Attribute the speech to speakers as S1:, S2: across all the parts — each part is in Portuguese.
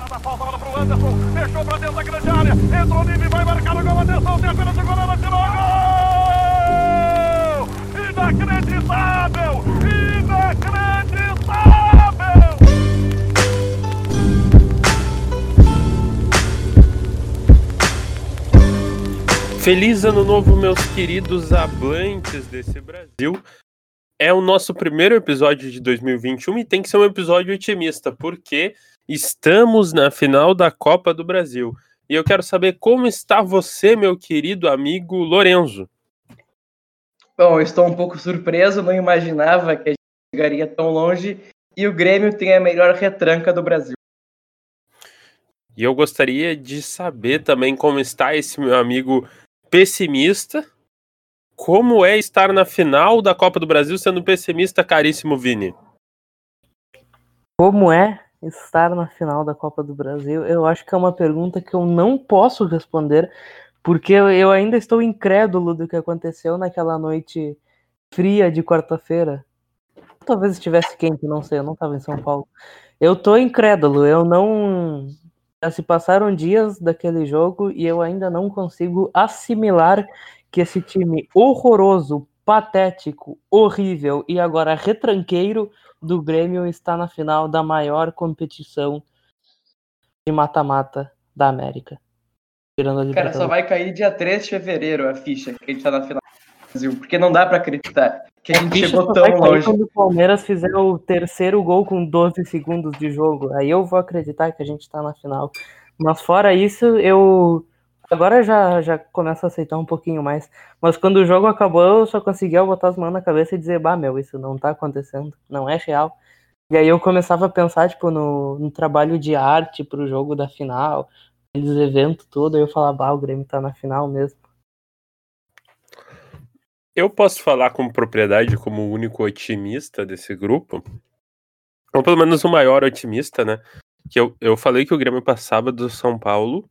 S1: A falta agora pro Anderson, fechou pra dentro da grande área, entrou o Nive, vai marcar o gol, atenção, tem a pena de goleiro, tirou gol! Inacreditável! Inacreditável!
S2: Feliz ano novo, meus queridos hablantes desse Brasil. É o nosso primeiro episódio de 2021 e tem que ser um episódio otimista, porque estamos na final da Copa do Brasil. E eu quero saber como está você, meu querido amigo Lorenzo.
S3: Bom, estou um pouco surpreso, não imaginava que a gente chegaria tão longe e o Grêmio tem a melhor retranca do Brasil.
S2: E eu gostaria de saber também como está esse meu amigo pessimista. Como é estar na final da Copa do Brasil sendo pessimista, caríssimo Vini?
S4: Como é estar na final da Copa do Brasil? Eu acho que é uma pergunta que eu não posso responder, porque eu ainda estou incrédulo do que aconteceu naquela noite fria de quarta-feira. Talvez estivesse quente, não sei, eu não estava em São Paulo. Eu tô incrédulo, eu não... Já se passaram dias daquele jogo e eu ainda não consigo assimilar que esse time horroroso, patético, horrível e agora retranqueiro do Grêmio está na final da maior competição de mata-mata da América. Tirando a
S3: Cara,
S4: Libertadores.
S3: só vai cair dia 3 de fevereiro a ficha que a gente tá na final do Brasil, porque não dá pra acreditar que a gente
S4: Bicho,
S3: chegou
S4: só
S3: tão
S4: vai cair
S3: longe.
S4: quando o Palmeiras fizer o terceiro gol com 12 segundos de jogo. Aí eu vou acreditar que a gente tá na final. Mas fora isso, eu agora já começo a aceitar um pouquinho mais. Mas quando o jogo acabou, eu só conseguia botar as mãos na cabeça e dizer, bah, meu, isso não tá acontecendo, não é real. E aí eu começava a pensar, tipo, no trabalho de arte pro jogo da final, aqueles eventos tudo, aí eu falava, bah, o Grêmio tá na final mesmo.
S2: Eu posso falar com propriedade como o único otimista desse grupo, ou pelo menos o maior otimista, né? Que eu falei que o Grêmio passava do São Paulo,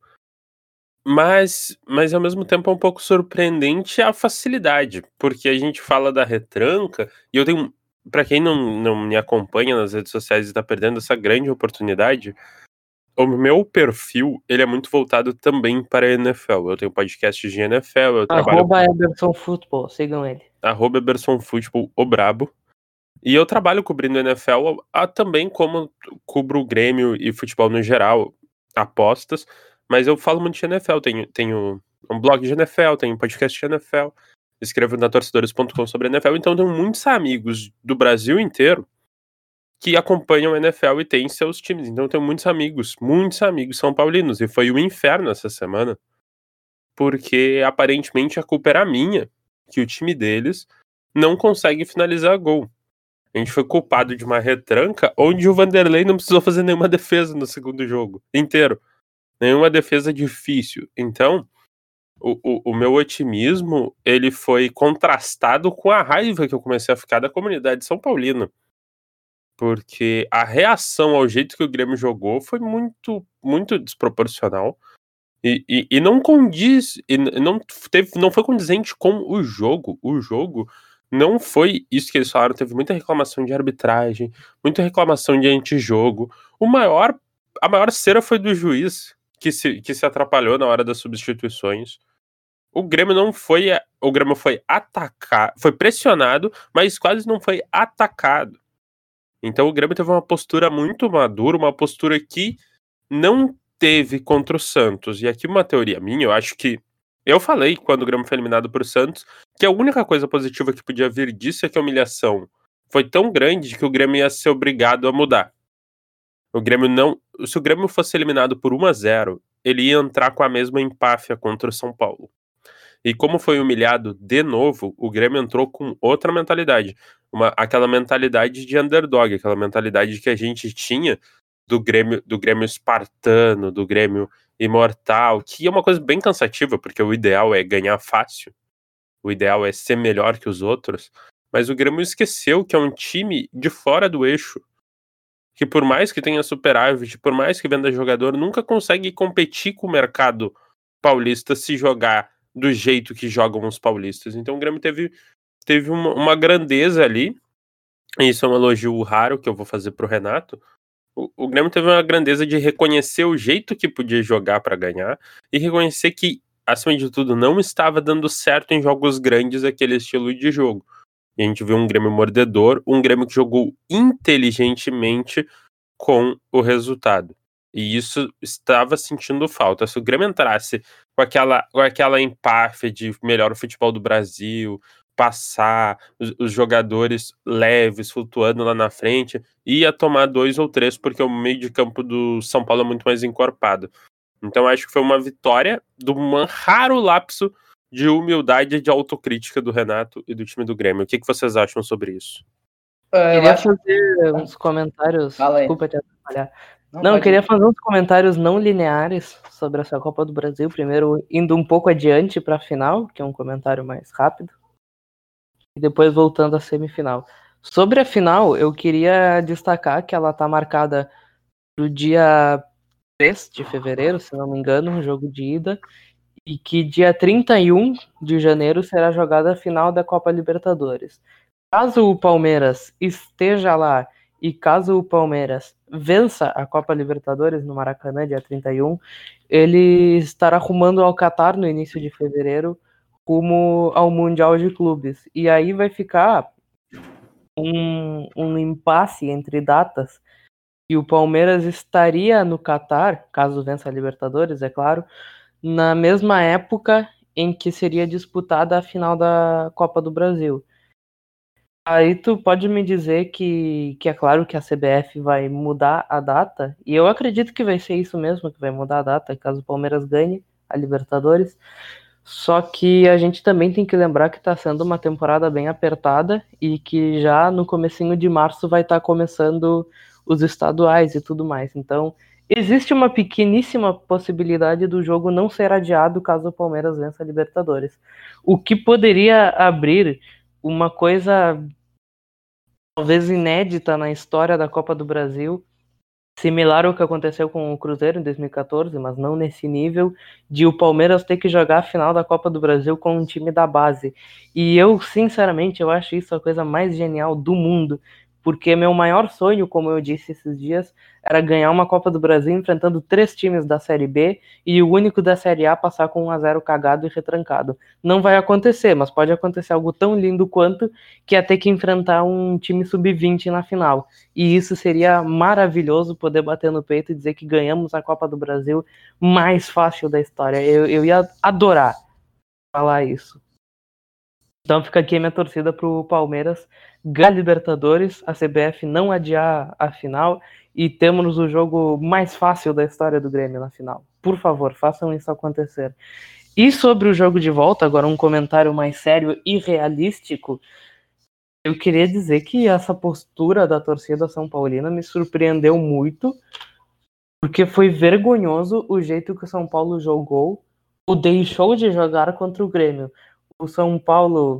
S2: mas ao mesmo tempo é um pouco surpreendente a facilidade, porque a gente fala da retranca, e eu tenho, pra quem não me acompanha nas redes sociais e tá perdendo essa grande oportunidade, o meu perfil, ele é muito voltado também para a NFL. Eu tenho podcast de NFL, eu trabalho
S4: @ Eberson Futebol, sigam ele.
S2: @Eberson Futebol, o brabo. E eu trabalho cobrindo NFL também como cubro o Grêmio e futebol no geral, apostas, mas eu falo muito de NFL, tenho um blog de NFL, tenho um podcast de NFL, escrevo na torcedores.com sobre NFL, então tenho muitos amigos do Brasil inteiro que acompanham a NFL e têm seus times, então eu tenho muitos amigos são paulinos, e foi um inferno essa semana, porque aparentemente a culpa era minha, que o time deles não consegue finalizar gol. A gente foi culpado de uma retranca onde o Vanderlei não precisou fazer nenhuma defesa no segundo jogo inteiro. Nenhuma defesa difícil. Então, o meu otimismo, ele foi contrastado com a raiva que eu comecei a ficar da comunidade São Paulina. Porque a reação ao jeito que o Grêmio jogou foi muito, muito desproporcional. E não condiz, e não foi condizente com o jogo. O jogo não foi isso que eles falaram. Teve muita reclamação de arbitragem, muita reclamação de antijogo. A maior cera foi do juiz, que se atrapalhou na hora das substituições. O Grêmio não foi. O Grêmio foi atacado, foi pressionado, mas quase não foi atacado. Então o Grêmio teve uma postura muito madura, uma postura que não teve contra o Santos. E aqui uma teoria minha, eu acho que eu falei quando o Grêmio foi eliminado pro Santos, que a única coisa positiva que podia vir disso é que a humilhação foi tão grande que o Grêmio ia ser obrigado a mudar. O Grêmio não, se o Grêmio fosse eliminado por 1-0, ele ia entrar com a mesma empáfia contra o São Paulo. E como foi humilhado de novo, o Grêmio entrou com outra mentalidade. Aquela mentalidade de underdog, aquela mentalidade que a gente tinha do Grêmio espartano, do Grêmio imortal, que é uma coisa bem cansativa, porque o ideal é ganhar fácil, o ideal é ser melhor que os outros, mas o Grêmio esqueceu que é um time de fora do eixo, que por mais que tenha superávit, por mais que venda jogador, nunca consegue competir com o mercado paulista se jogar do jeito que jogam os paulistas. Então o Grêmio teve uma grandeza ali, e isso é um elogio raro que eu vou fazer pro Renato. O Grêmio teve uma grandeza de reconhecer o jeito que podia jogar para ganhar e reconhecer que, acima de tudo, não estava dando certo em jogos grandes aquele estilo de jogo. E a gente viu um Grêmio mordedor, um Grêmio que jogou inteligentemente com o resultado. E isso estava sentindo falta. Se o Grêmio entrasse com aquela empáfia de melhor o futebol do Brasil, passar os jogadores leves, flutuando lá na frente, ia tomar 2 ou 3, porque o meio de campo do São Paulo é muito mais encorpado. Então acho que foi uma vitória de um raro lapso de humildade e de autocrítica do Renato e do time do Grêmio. O que vocês acham sobre isso?
S3: Eu
S4: Queria
S3: acho.
S4: fazer uns comentários.
S3: Fala aí.
S4: Desculpa te atrapalhar. Não,
S3: pode
S4: queria
S3: ir.
S4: fazer uns comentários não lineares sobre essa Copa do Brasil. Primeiro, indo um pouco adiante para a final, que é um comentário mais rápido. E depois voltando à semifinal. Sobre a final, eu queria destacar que ela está marcada pro dia 3 de fevereiro, se não me engano, um jogo de ida. E que dia 31 de janeiro será jogada a final da Copa Libertadores. Caso o Palmeiras esteja lá e caso o Palmeiras vença a Copa Libertadores no Maracanã, dia 31, ele estará rumando ao Catar no início de fevereiro, rumo ao Mundial de Clubes. E aí vai ficar um impasse entre datas, e o Palmeiras estaria no Catar, caso vença a Libertadores, é claro, na mesma época em que seria disputada a final da Copa do Brasil. Aí tu pode me dizer que é claro que a CBF vai mudar a data, e eu acredito que vai ser isso mesmo, que vai mudar a data, caso o Palmeiras ganhe a Libertadores. Só que a gente também tem que lembrar que está sendo uma temporada bem apertada e que já no comecinho de março vai estar começando os estaduais e tudo mais. Então, existe uma pequeníssima possibilidade do jogo não ser adiado caso o Palmeiras vença a Libertadores. O que poderia abrir uma coisa talvez inédita na história da Copa do Brasil, similar ao que aconteceu com o Cruzeiro em 2014, mas não nesse nível, de o Palmeiras ter que jogar a final da Copa do Brasil com um time da base. E eu, sinceramente, eu acho isso a coisa mais genial do mundo, porque meu maior sonho, como eu disse esses dias, era ganhar uma Copa do Brasil enfrentando 3 times da Série B e o único da Série A passar com 1-0 cagado e retrancado. Não vai acontecer, mas pode acontecer algo tão lindo quanto que é ter que enfrentar um time sub-20 na final. E isso seria maravilhoso, poder bater no peito e dizer que ganhamos a Copa do Brasil mais fácil da história. Eu ia adorar falar isso. Então fica aqui a minha torcida pro Palmeiras ganhar Libertadores, a CBF não adiar a final e temos o jogo mais fácil da história do Grêmio na final. Por favor, façam isso acontecer. E sobre o jogo de volta, agora um comentário mais sério e realístico, eu queria dizer que essa postura da torcida São Paulina me surpreendeu muito, porque foi vergonhoso o jeito que o São Paulo jogou, ou deixou de jogar contra o Grêmio. O São Paulo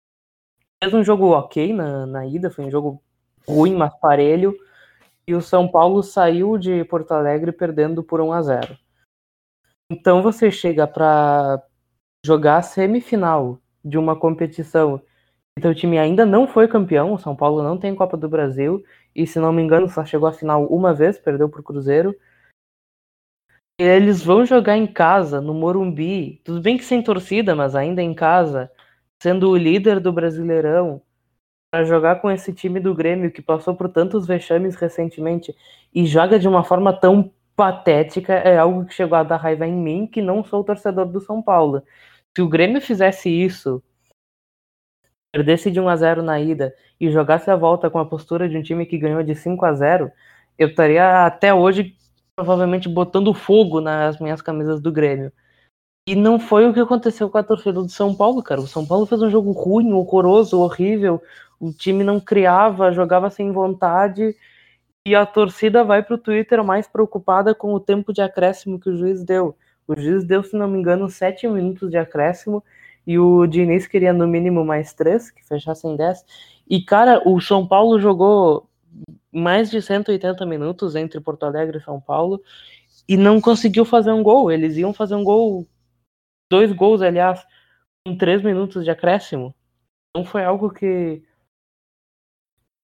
S4: fez um jogo ok na ida, foi um jogo ruim, mas parelho, e o São Paulo saiu de Porto Alegre perdendo por 1-0. Então você chega para jogar a semifinal de uma competição e teu time ainda não foi campeão, o São Paulo não tem Copa do Brasil, e se não me engano só chegou à final uma vez, perdeu pro Cruzeiro. E eles vão jogar em casa, no Morumbi, tudo bem que sem torcida, mas ainda em casa, sendo o líder do Brasileirão, para jogar com esse time do Grêmio que passou por tantos vexames recentemente e joga de uma forma tão patética, é algo que chegou a dar raiva em mim, que não sou torcedor do São Paulo. Se o Grêmio fizesse isso, perdesse de 1-0 na ida e jogasse a volta com a postura de um time que ganhou de 5-0, eu estaria até hoje provavelmente botando fogo nas minhas camisas do Grêmio. E não foi o que aconteceu com a torcida do São Paulo, cara. O São Paulo fez um jogo ruim, horroroso, horrível. O time não criava, jogava sem vontade. E a torcida vai pro Twitter mais preocupada com o tempo de acréscimo que o juiz deu. O juiz deu, se não me engano, 7 minutos de acréscimo. E o Diniz queria no mínimo mais 3, que fechassem 10. E, cara, o São Paulo jogou mais de 180 minutos entre Porto Alegre e São Paulo e não conseguiu fazer um gol. Eles iam fazer um gol, 2 gols, aliás, em 3 minutos de acréscimo. Então foi algo que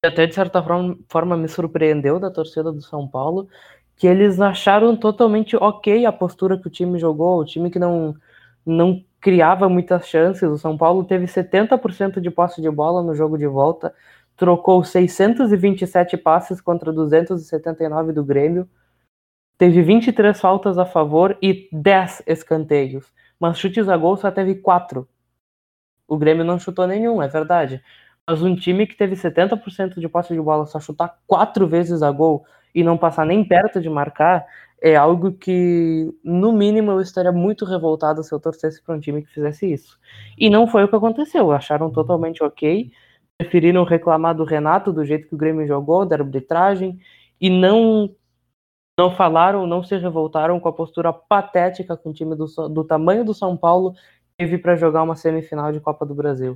S4: Até de certa forma me surpreendeu da torcida do São Paulo, que eles acharam totalmente ok a postura que o time jogou, o time que não criava muitas chances. O São Paulo teve 70% de posse de bola no jogo de volta, trocou 627 passes contra 279 do Grêmio, teve 23 faltas a favor e 10 escanteios, mas chutes a gol só teve 4. O Grêmio não chutou nenhum, é verdade. Mas um time que teve 70% de posse de bola só chutar 4 vezes a gol e não passar nem perto de marcar é algo que, no mínimo, eu estaria muito revoltado se eu torcesse para um time que fizesse isso. E não foi o que aconteceu. Acharam totalmente ok, preferiram reclamar do Renato, do jeito que o Grêmio jogou, da arbitragem, e não falaram, não se revoltaram com a postura patética que um time do tamanho do São Paulo teve para jogar uma semifinal de Copa do Brasil.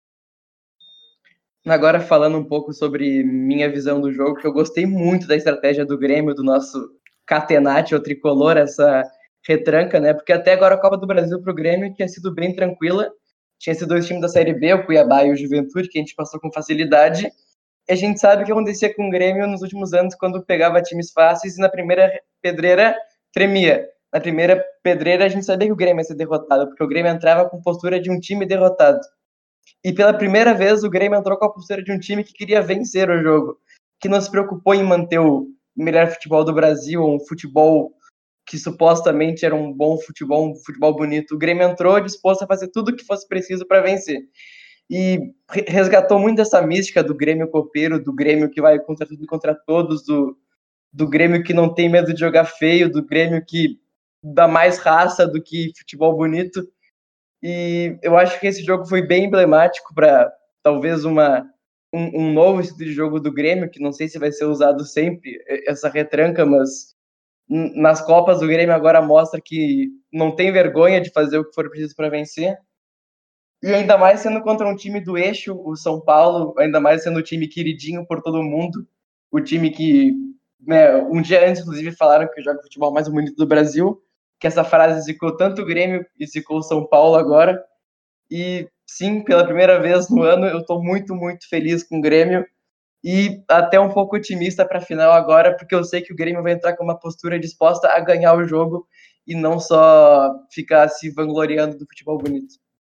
S3: Agora falando um pouco sobre minha visão do jogo, que eu gostei muito da estratégia do Grêmio, do nosso Catenaccio, o tricolor, essa retranca, né? Porque até agora a Copa do Brasil pro Grêmio tinha sido bem tranquila. Tinha sido 2 times da Série B, o Cuiabá e o Juventude, que a gente passou com facilidade. E a gente sabe o que acontecia com o Grêmio nos últimos anos, quando pegava times fáceis e na primeira pedreira tremia. Na primeira pedreira a gente sabia que o Grêmio ia ser derrotado, porque o Grêmio entrava com postura de um time derrotado. E pela primeira vez o Grêmio entrou com a postura de um time que queria vencer o jogo, que não se preocupou em manter o melhor futebol do Brasil, um futebol que supostamente era um bom futebol, um futebol bonito. O Grêmio entrou disposto a fazer tudo o que fosse preciso para vencer. E resgatou muito essa mística do Grêmio copeiro, do Grêmio que vai contra tudo e contra todos, do Grêmio que não tem medo de jogar feio, do Grêmio que dá mais raça do que futebol bonito. E eu acho que esse jogo foi bem emblemático para talvez um novo estilo de jogo do Grêmio, que não sei se vai ser usado sempre, essa retranca, mas nas Copas o Grêmio agora mostra que não tem vergonha de fazer o que for preciso para vencer. E ainda mais sendo contra um time do eixo, o São Paulo, ainda mais sendo um time queridinho por todo mundo, o time que, né, um dia antes, inclusive, falaram que joga o futebol mais bonito do Brasil, que essa frase zicou tanto o Grêmio e zicou o São Paulo agora. E sim, pela primeira vez no ano, eu estou muito, muito feliz com o Grêmio e até um pouco otimista para a final agora, porque eu sei que o Grêmio vai entrar com uma postura disposta a ganhar o jogo e não só ficar se vangloriando do futebol bonito.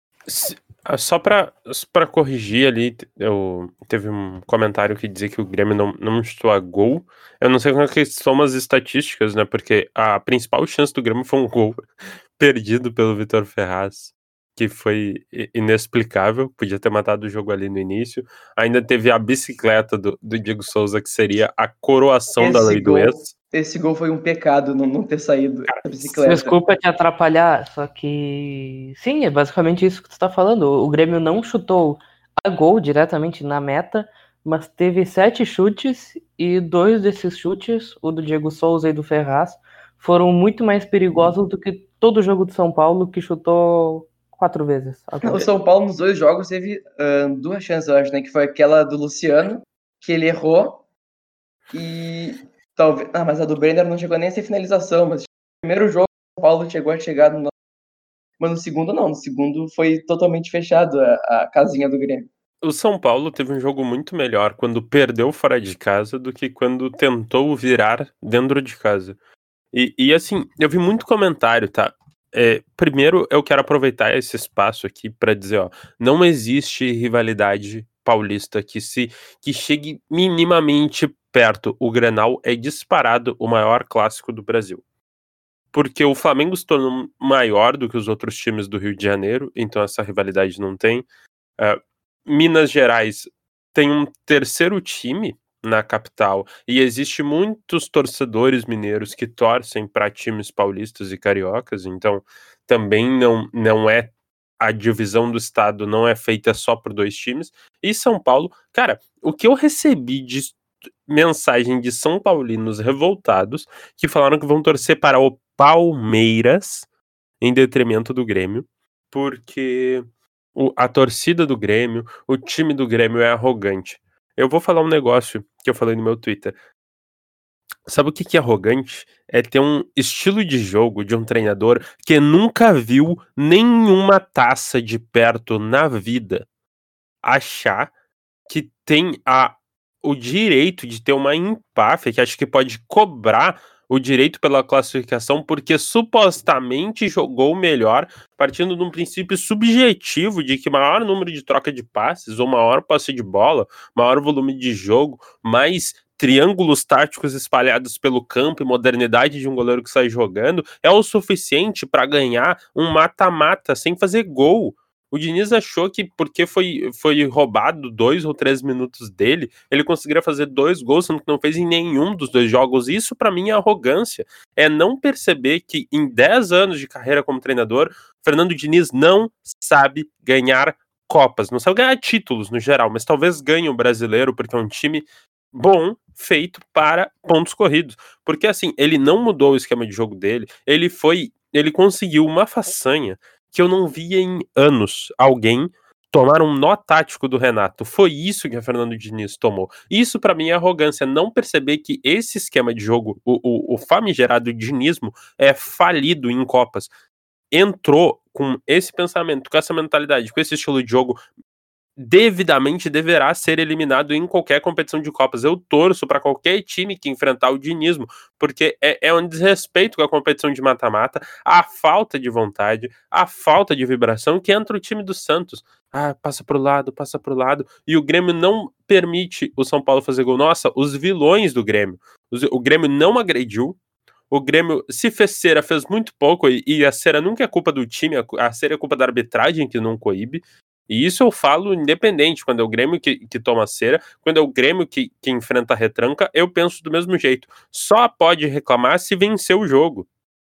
S2: Só pra corrigir ali, teve um comentário que dizia que o Grêmio não chutou a gol. Eu não sei como é que são as estatísticas, né? Porque a principal chance do Grêmio foi um gol perdido pelo Vitor Ferraz, que foi inexplicável. Podia ter matado o jogo ali no início. Ainda teve a bicicleta do Diego Souza, que seria a coroação da lei do ex.
S3: Esse gol foi um pecado não ter saído da bicicleta.
S4: Desculpa te atrapalhar, só que sim, é basicamente isso que tu tá falando. O Grêmio não chutou a gol diretamente na meta, mas teve 7 chutes e 2 desses chutes, o do Diego Souza e do Ferraz, foram muito mais perigosos do que todo o jogo do São Paulo, que chutou 4 vezes.
S3: O São Paulo nos 2 jogos teve 2 chances, eu acho, né? Que foi aquela do Luciano, que ele errou, e talvez. Mas a do Brenner não chegou nem a ser finalização, mas no primeiro jogo o São Paulo chegou a chegar no. Mas no segundo não, no segundo foi totalmente fechado a casinha do Grêmio.
S2: O São Paulo teve um jogo muito melhor quando perdeu fora de casa do que quando tentou virar dentro de casa. E assim, eu vi muito comentário, tá? Primeiro, eu quero aproveitar esse espaço aqui para dizer, ó, não existe rivalidade paulista que chegue minimamente perto. O Grenal é disparado o maior clássico do Brasil. Porque o Flamengo se tornou maior do que os outros times do Rio de Janeiro, então essa rivalidade não tem. Minas Gerais tem um terceiro time na capital e existe muitos torcedores mineiros que torcem para times paulistas e cariocas, então também não é a divisão do estado, não é feita só por 2 times. E São Paulo, cara, o que eu recebi de mensagem de São Paulinos revoltados que falaram que vão torcer para o Palmeiras em detrimento do Grêmio, porque a torcida do Grêmio, o time do Grêmio é arrogante. Eu vou falar um negócio que eu falei no meu Twitter. Sabe o que é arrogante? É ter um estilo de jogo de um treinador que nunca viu nenhuma taça de perto na vida achar que tem o direito de ter uma empáfia, que acho que pode cobrar o direito pela classificação, porque supostamente jogou melhor, partindo de um princípio subjetivo de que maior número de troca de passes, ou maior posse de bola, maior volume de jogo, mais triângulos táticos espalhados pelo campo e modernidade de um goleiro que sai jogando, é o suficiente para ganhar um mata-mata sem fazer gol. O Diniz achou que porque foi roubado 2 ou 3 minutos dele, ele conseguiria fazer 2 gols, sendo que não fez em nenhum dos 2 jogos. Isso pra mim é arrogância. É não perceber que em 10 anos de carreira como treinador, Fernando Diniz não sabe ganhar Copas, não sabe ganhar títulos no geral, mas talvez ganhe o Brasileiro, porque é um time bom, feito para pontos corridos. Porque assim, ele não mudou o esquema de jogo dele, ele conseguiu uma façanha que eu não via em anos alguém tomar um nó tático do Renato. Foi isso que a Fernando Diniz tomou. Isso pra mim é arrogância, não perceber que esse esquema de jogo, o famigerado dinismo, é falido em Copas. Entrou com esse pensamento, com essa mentalidade, com esse estilo de jogo, devidamente deverá ser eliminado em qualquer competição de Copas. Eu torço para qualquer time que enfrentar o dinismo, porque é um desrespeito com a competição de mata-mata, a falta de vontade, a falta de vibração que entra o time do Santos. Passa pro lado, e o Grêmio não permite o São Paulo fazer gol. Nossa, os vilões do Grêmio. O Grêmio não agrediu, o Grêmio, se fez cera, fez muito pouco, e a cera nunca é culpa do time, a cera é culpa da arbitragem que não coíbe. E isso eu falo independente, quando é o Grêmio que toma cera, quando é o Grêmio que enfrenta a retranca, eu penso do mesmo jeito. Só pode reclamar se vencer o jogo.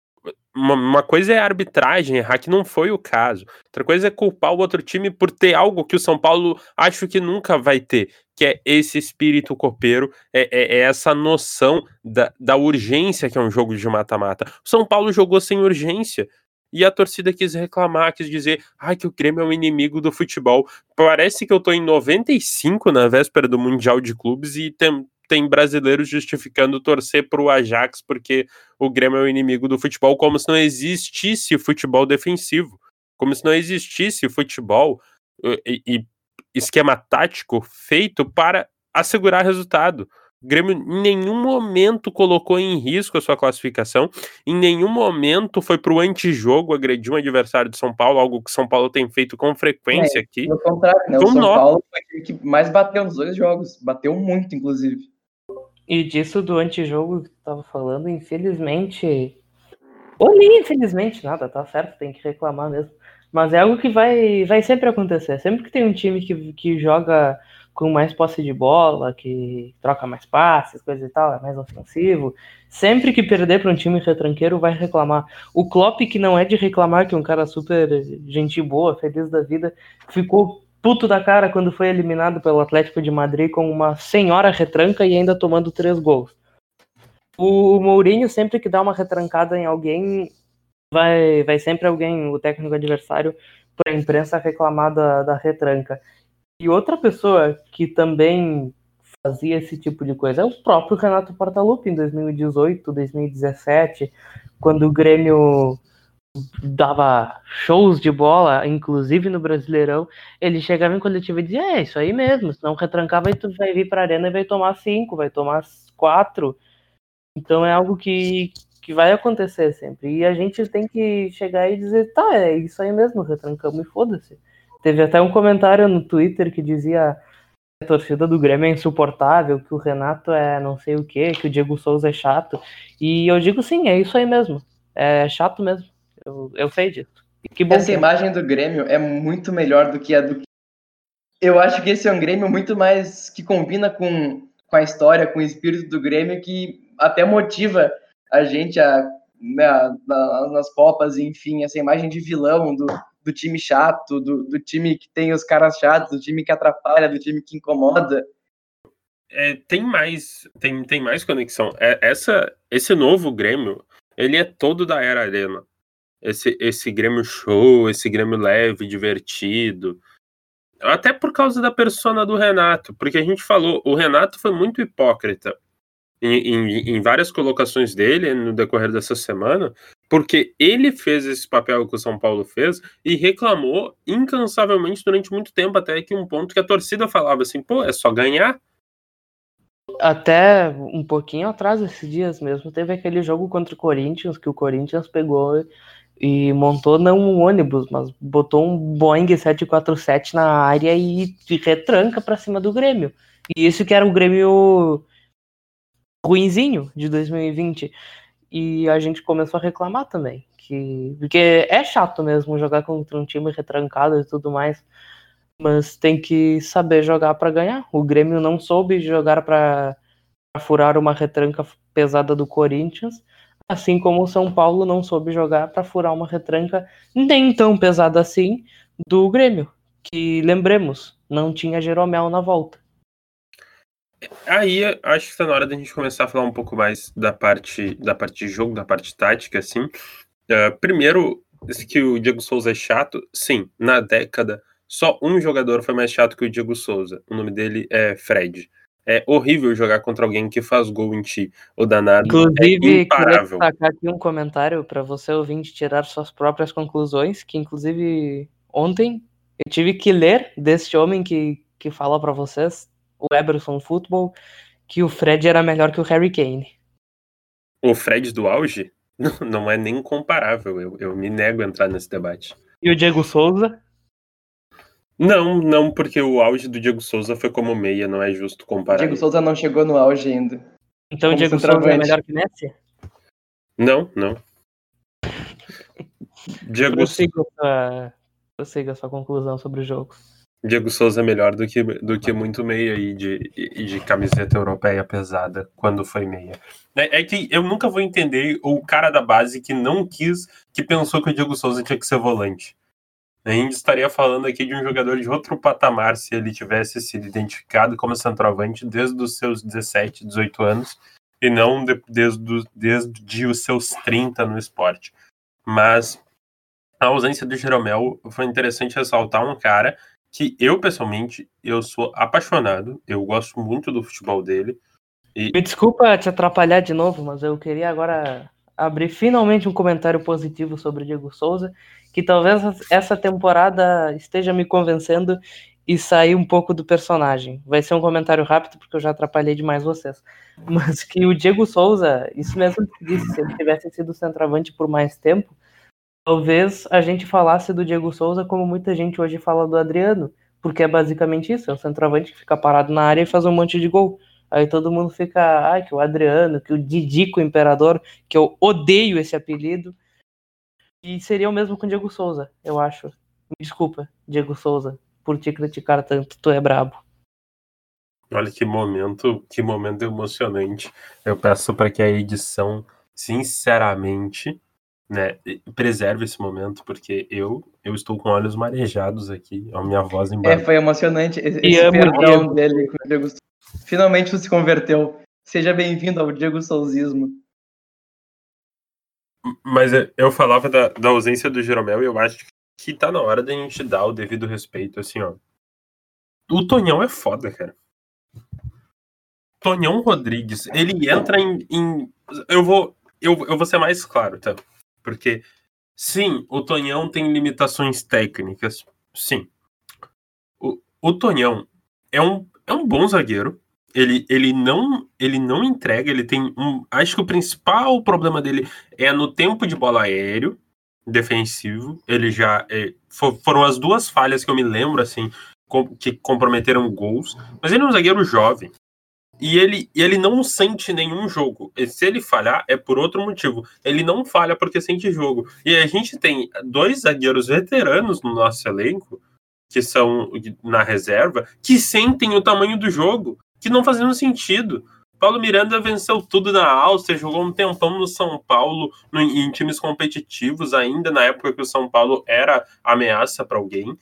S2: Uma coisa é a arbitragem errar, que não foi o caso. Outra coisa é culpar o outro time por ter algo que o São Paulo acho que nunca vai ter, que é esse espírito copeiro, é essa noção da urgência que é um jogo de mata-mata. O São Paulo jogou sem urgência. E a torcida quis reclamar, quis dizer que o Grêmio é o inimigo do futebol. Parece que eu tô em 95 na véspera do Mundial de Clubes e tem brasileiros justificando torcer pro Ajax porque o Grêmio é o inimigo do futebol, como se não existisse futebol defensivo, como se não existisse futebol e esquema tático feito para assegurar resultado. O Grêmio em nenhum momento colocou em risco a sua classificação, em nenhum momento foi pro antijogo agredir um adversário de São Paulo, algo que São Paulo tem feito com frequência aqui.
S3: Pelo contrário, né? O São Paulo foi aquele que mais bateu nos 2 jogos, bateu muito, inclusive.
S4: E disso do antijogo que tu tava falando, infelizmente... Ou nem infelizmente, nada, tá certo, tem que reclamar mesmo. Mas é algo que vai sempre acontecer. Sempre que tem um time que joga com mais posse de bola, que troca mais passes, coisa e tal, é mais ofensivo, sempre que perder para um time retranqueiro vai reclamar. O Klopp, que não é de reclamar, que é um cara super gente boa, feliz da vida, ficou puto da cara quando foi eliminado pelo Atlético de Madrid com uma senhora retranca e ainda tomando 3 gols. O Mourinho, sempre que dá uma retrancada em alguém, vai sempre alguém, o técnico adversário, para a imprensa reclamar da retranca. E outra pessoa que também fazia esse tipo de coisa é o próprio Renato Portaluppi em 2018, 2017, quando o Grêmio dava shows de bola, inclusive no Brasileirão, ele chegava em coletivo e dizia, isso aí mesmo, se não retrancar tu vai vir para a arena e vai tomar 5, vai tomar 4. Então é algo que vai acontecer sempre. E a gente tem que chegar e dizer, é isso aí mesmo, retrancamos e foda-se. Teve até um comentário no Twitter que dizia que a torcida do Grêmio é insuportável, que o Renato é não sei o quê, que o Diego Souza é chato. E eu digo sim, é isso aí mesmo. É chato mesmo. Eu sei disso. E que bom.
S3: Essa imagem do Grêmio é muito melhor do que a do... Eu acho que esse é um Grêmio muito mais que combina com a história, com o espírito do Grêmio, que até motiva a gente nas Copas, enfim, essa imagem de vilão, do time chato, do time que tem os caras chatos, do time que atrapalha, do time que incomoda.
S2: Tem mais conexão. Esse novo Grêmio, ele é todo da era Arena. Esse Grêmio show, esse Grêmio leve, divertido. Até por causa da persona do Renato, porque a gente falou, o Renato foi muito hipócrita em várias colocações dele no decorrer dessa semana, porque ele fez esse papel que o São Paulo fez e reclamou incansavelmente durante muito tempo, até que um ponto que a torcida falava assim, é só ganhar.
S4: Até um pouquinho atrás, esses dias mesmo, teve aquele jogo contra o Corinthians, que o Corinthians pegou e montou não um ônibus, mas botou um Boeing 747 na área e retranca pra cima do Grêmio. E isso que era o Grêmio ruinzinho de 2020. E a gente começou a reclamar também. Porque é chato mesmo jogar contra um time retrancado e tudo mais. Mas tem que saber jogar pra ganhar. O Grêmio não soube jogar pra furar uma retranca pesada do Corinthians, assim como o São Paulo não soube jogar para furar uma retranca nem tão pesada assim do Grêmio, que lembremos, não tinha Jeromel na volta.
S2: Aí acho que está na hora da gente começar a falar um pouco mais da parte de jogo, da parte tática, assim. Primeiro, que o Diego Souza é chato. Sim, na década, só um jogador foi mais chato que o Diego Souza. O nome dele é Fred. É horrível jogar contra alguém que faz gol em ti. O danado
S4: Inclusive,
S2: é imparável.
S4: queria destacar aqui um comentário para você ouvinte tirar suas próprias conclusões, que inclusive ontem eu tive que ler deste homem que fala para vocês, o Eberson Futebol, que o Fred era melhor que o Harry Kane.
S2: O Fred do auge não é nem comparável. Eu me nego a entrar nesse debate.
S4: E o Diego Souza?
S2: Não, porque o auge do Diego Souza foi como meia, não é justo comparar.
S3: Diego Souza não chegou no auge ainda.
S4: Então o
S3: Como
S4: Diego Souza
S3: centroavante.
S4: é melhor que Messi?
S2: Não.
S4: Prossiga a sua conclusão sobre o jogo.
S2: Diego Souza é melhor do que muito meia aí de camiseta europeia pesada quando foi meia. É que eu nunca vou entender o cara da base que não quis, que pensou que o Diego Souza tinha que ser volante. A gente estaria falando aqui de um jogador de outro patamar se ele tivesse sido identificado como centroavante desde os seus 17, 18 anos e não desde os seus 30 no esporte. Mas a ausência do Jeromel foi interessante ressaltar um cara que eu, pessoalmente, eu sou apaixonado, eu gosto muito do futebol dele.
S4: Me desculpa te atrapalhar de novo, mas eu queria agora abrir finalmente um comentário positivo sobre o Diego Souza, que talvez essa temporada esteja me convencendo e sair um pouco do personagem. Vai ser um comentário rápido, porque eu já atrapalhei demais vocês. Mas que o Diego Souza, isso mesmo que disse, se ele tivesse sido centroavante por mais tempo, talvez a gente falasse do Diego Souza como muita gente hoje fala do Adriano, porque é basicamente isso, é um centroavante que fica parado na área e faz um monte de gol. Aí todo mundo fica, que o Adriano, que o Didico Imperador, que eu odeio esse apelido. E seria o mesmo com o Diego Souza, eu acho. Me desculpa, Diego Souza, por te criticar tanto, tu é brabo.
S2: Olha que momento emocionante. Eu peço para que a edição, sinceramente, né, preserve esse momento, porque eu estou com olhos marejados aqui, a minha voz embargada.
S3: Foi emocionante esse perdão dele com o Diego Souza. Finalmente tu se converteu. Seja bem-vindo ao Diego Souzismo.
S2: Mas eu falava da ausência do Jeromel e eu acho que tá na hora da gente dar o devido respeito, assim, ó. O Tonhão é foda, cara. Tonhão Rodrigues, ele entra em... Eu vou ser mais claro, tá? Porque, sim, o Tonhão tem limitações técnicas, sim. O Tonhão é um bom zagueiro. Ele não entrega, ele tem acho que o principal problema dele é no tempo de bola aéreo, defensivo. Ele já foram as duas falhas que eu me lembro, assim, que comprometeram gols. Mas ele é um zagueiro jovem. E ele não sente nenhum jogo. E se ele falhar, é por outro motivo. Ele não falha porque sente jogo. E a gente tem dois zagueiros veteranos no nosso elenco, que são na reserva, que sentem o tamanho do jogo, que não faz nenhum sentido. Paulo Miranda venceu tudo na Áustria, jogou um tempão no São Paulo, em times competitivos, ainda na época que o São Paulo era ameaça para alguém.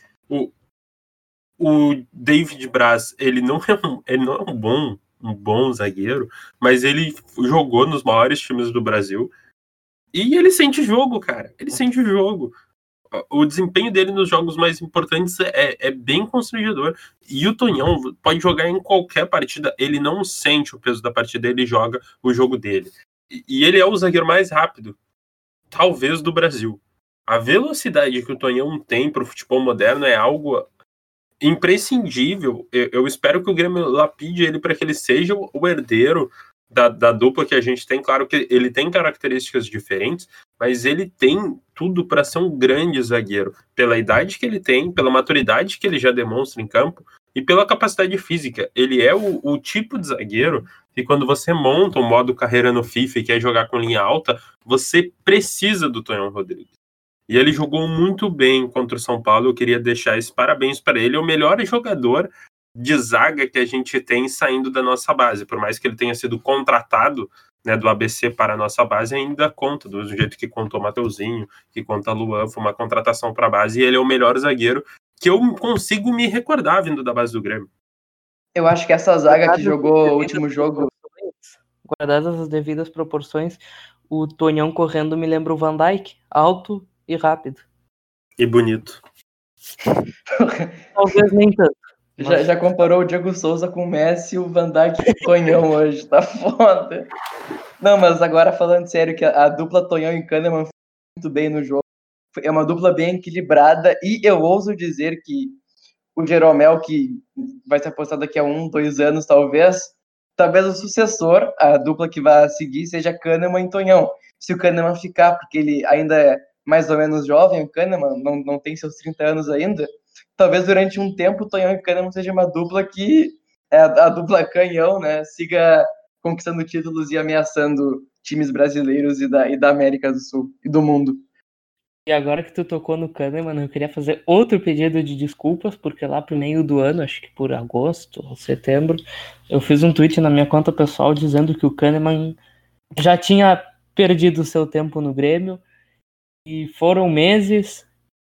S2: O David Braz, ele não é um bom zagueiro, mas ele jogou nos maiores times do Brasil e ele sente jogo, cara. Ele sente o jogo. O desempenho dele nos jogos mais importantes é bem constrangedor. E o Tonhão pode jogar em qualquer partida, ele não sente o peso da partida, ele joga o jogo dele. E ele é o zagueiro mais rápido, talvez, do Brasil. A velocidade que o Tonhão tem pro futebol moderno é algo imprescindível. Eu espero que o Grêmio lapide ele para que ele seja o herdeiro da dupla que a gente tem. Claro que ele tem características diferentes, mas ele tem tudo para ser um grande zagueiro, pela idade que ele tem, pela maturidade que ele já demonstra em campo e pela capacidade física. Ele é o tipo de zagueiro que, quando você monta um modo carreira no FIFA e quer jogar com linha alta, você precisa do Tonhão Rodrigues. E ele jogou muito bem contra o São Paulo. Eu queria deixar esse parabéns para ele. É o melhor jogador de zaga que a gente tem saindo da nossa base. Por mais que ele tenha sido contratado, né, do ABC para a nossa base, ainda conta, do jeito que contou Mateuzinho, que conta Luan, foi uma contratação para a base, e ele é o melhor zagueiro que eu consigo me recordar vindo da base do Grêmio.
S3: Eu acho que essa zaga que jogou o último jogo...
S4: Guardadas as devidas proporções, o Tonhão correndo me lembra o Van Dijk, alto e rápido.
S2: E bonito.
S4: Talvez nem tanto.
S3: Já comparou o Diego Souza com o Messi e o Van Dijk com o Tonhão hoje, tá foda. Não, mas agora falando sério, que a dupla Tonhão e Kahneman foi muito bem no jogo. É uma dupla bem equilibrada, e eu ouso dizer que o Jeromel, que vai ser apostado daqui a 1-2 anos, talvez o sucessor, a dupla que vai seguir, seja Kahneman e Tonhão. Se o Kahneman ficar, porque ele ainda é mais ou menos jovem, o Kahneman não tem seus 30 anos ainda, talvez durante um tempo o Tonhão e Kahneman seja uma dupla que é a dupla canhão, né? Siga conquistando títulos e ameaçando times brasileiros e da América do Sul e do mundo.
S4: E agora que tu tocou no Kahneman, eu queria fazer outro pedido de desculpas, porque lá pro meio do ano, acho que por agosto ou setembro, eu fiz um tweet na minha conta pessoal dizendo que o Kahneman já tinha perdido seu tempo no Grêmio, e foram meses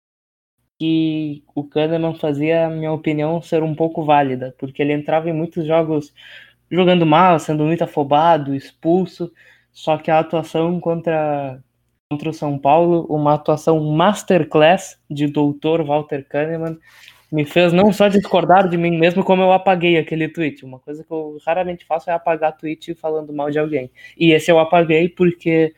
S4: que o Kahneman fazia a minha opinião ser um pouco válida, porque ele entrava em muitos jogos jogando mal, sendo muito afobado, expulso, só que a atuação contra o São Paulo, uma atuação masterclass de Dr. Walter Kahneman, me fez não só discordar de mim mesmo, como eu apaguei aquele tweet. Uma coisa que eu raramente faço é apagar tweet falando mal de alguém. E esse eu apaguei porque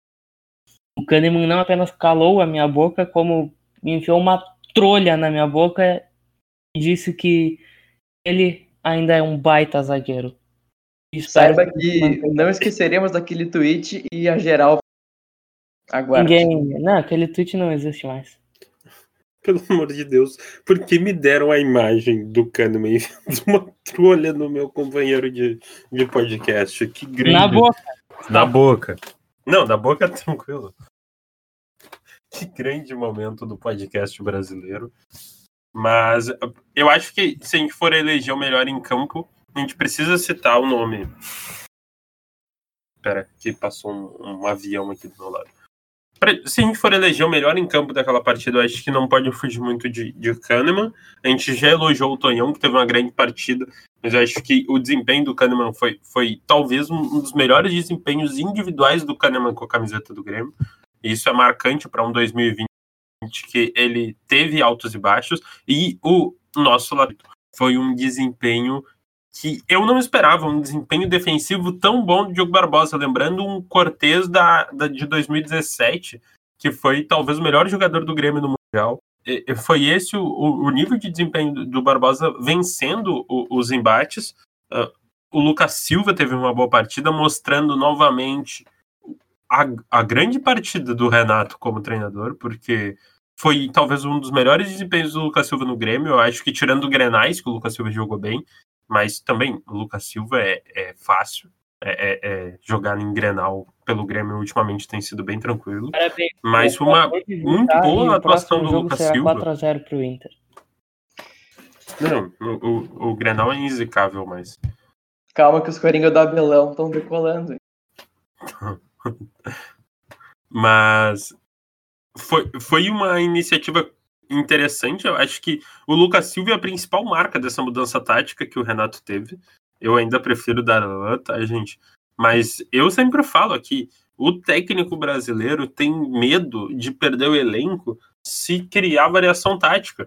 S4: o Kahneman não apenas calou a minha boca, como me enfiou uma trolha na minha boca e disse que ele ainda é um baita zagueiro.
S3: Saiba que não esqueceremos daquele tweet e a geral aguarde.
S4: Não, aquele tweet não existe mais.
S2: Pelo amor de Deus, por que me deram a imagem do Kahneman enfiando uma trolha no meu companheiro de podcast? Que grande.
S4: Na boca.
S2: Na boca. Não, na boca tranquilo. Que grande momento do podcast brasileiro. Mas eu acho que se a gente for eleger o melhor em campo, a gente precisa citar o nome. Espera, que passou um avião aqui do meu lado. Se a gente for eleger o melhor em campo daquela partida, eu acho que não pode fugir muito de Kahneman. A gente já elogiou o Tonhão, que teve uma grande partida, mas eu acho que o desempenho do Kahneman foi talvez um dos melhores desempenhos individuais do Kahneman com a camiseta do Grêmio. E isso é marcante para um 2020 que ele teve altos e baixos. E o nosso lado foi um desempenho que eu não esperava, um desempenho defensivo tão bom do Diogo Barbosa, lembrando um Cortez de 2017, que foi talvez o melhor jogador do Grêmio no Mundial. E foi esse o nível de desempenho do Barbosa, vencendo os embates. O Lucas Silva teve uma boa partida, mostrando novamente a grande partida do Renato como treinador, porque foi talvez um dos melhores desempenhos do Lucas Silva no Grêmio. Eu acho que, tirando o Grenais, que o Lucas Silva jogou bem, mas também o Lucas Silva é fácil. Jogar em Grenal pelo Grêmio ultimamente tem sido bem tranquilo.
S4: Parabéns,
S2: mas foi uma muito boa atuação do Lucas Silva.
S4: 4-0 pro Inter.
S2: Não, o Grenal é inexicável, mas...
S3: Calma que os Coringa do Abelão estão decolando.
S2: Mas foi uma iniciativa interessante. Eu acho que o Lucas Silva é a principal marca dessa mudança tática que o Renato teve. Eu ainda prefiro o Darlan, tá, gente? Mas eu sempre falo aqui, o técnico brasileiro tem medo de perder o elenco se criar variação tática.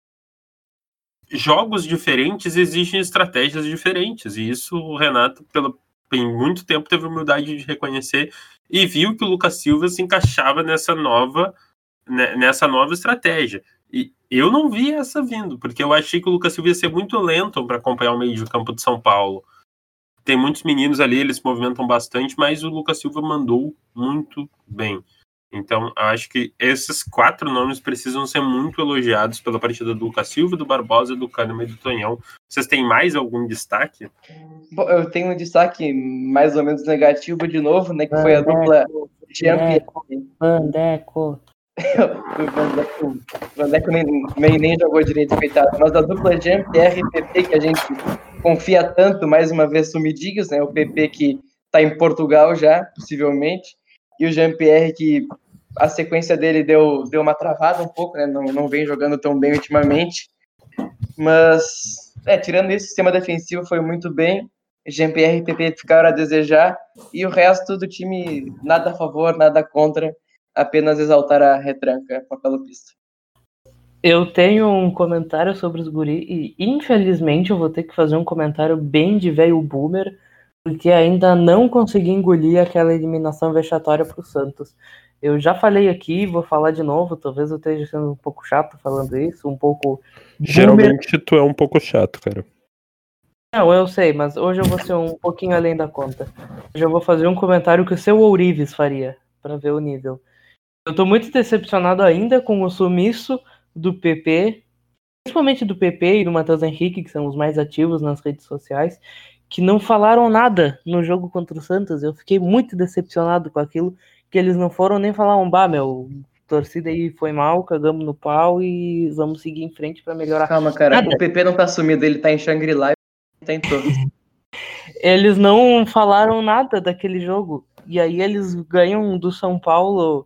S2: Jogos diferentes exigem estratégias diferentes, e isso o Renato, em muito tempo, teve a humildade de reconhecer e viu que o Lucas Silva se encaixava nessa nova estratégia. E eu não vi essa vindo, porque eu achei que o Lucas Silva ia ser muito lento para acompanhar o meio de campo de São Paulo. Tem muitos meninos ali, eles se movimentam bastante, mas o Lucas Silva mandou muito bem. Então, acho que esses 4 nomes precisam ser muito elogiados pela partida do Lucas Silva, do Barbosa, do Kahneman e do Tonhão. Vocês têm mais algum destaque?
S3: Bom, eu tenho um destaque mais ou menos negativo de novo, né? Que foi a dupla Jean-Pierre.
S4: Vandeco.
S3: O Vandeco nem jogou direito, coitado. Mas a dupla Jean-Pierre e PP, que a gente confia tanto, mais uma vez sumidinhos, né? O PP que está em Portugal já, possivelmente, e o Jean-Pierre que a sequência dele deu uma travada um pouco, né? Não vem jogando tão bem ultimamente. Mas, tirando isso, o sistema defensivo foi muito bem. Jean-Pierre e PP ficaram a desejar. E o resto do time, nada a favor, nada contra. Apenas exaltar a retranca pela pista.
S4: Eu tenho um comentário sobre os guri e infelizmente eu vou ter que fazer um comentário bem de velho boomer, porque ainda não consegui engolir aquela eliminação vexatória pro Santos. Eu já falei aqui, vou falar de novo, talvez eu esteja sendo um pouco chato falando isso, um pouco boomer.
S2: Geralmente tu é um pouco chato, cara.
S4: Não, eu sei, mas hoje eu vou ser um pouquinho além da conta. Hoje eu vou fazer um comentário que o seu Ourives faria, pra ver o nível. Eu tô muito decepcionado ainda com o sumiço do PP, principalmente do PP e do Matheus Henrique, que são os mais ativos nas redes sociais, que não falaram nada no jogo contra o Santos. Eu fiquei muito decepcionado com aquilo, que eles não foram nem falar torcida aí foi mal, cagamos no pau e vamos seguir em frente pra melhorar.
S3: Calma, cara,
S4: Nada.
S3: o PP não tá sumido, ele tá em Shangri-La e tá em todos.
S4: Eles não falaram nada daquele jogo, e aí eles ganham do São Paulo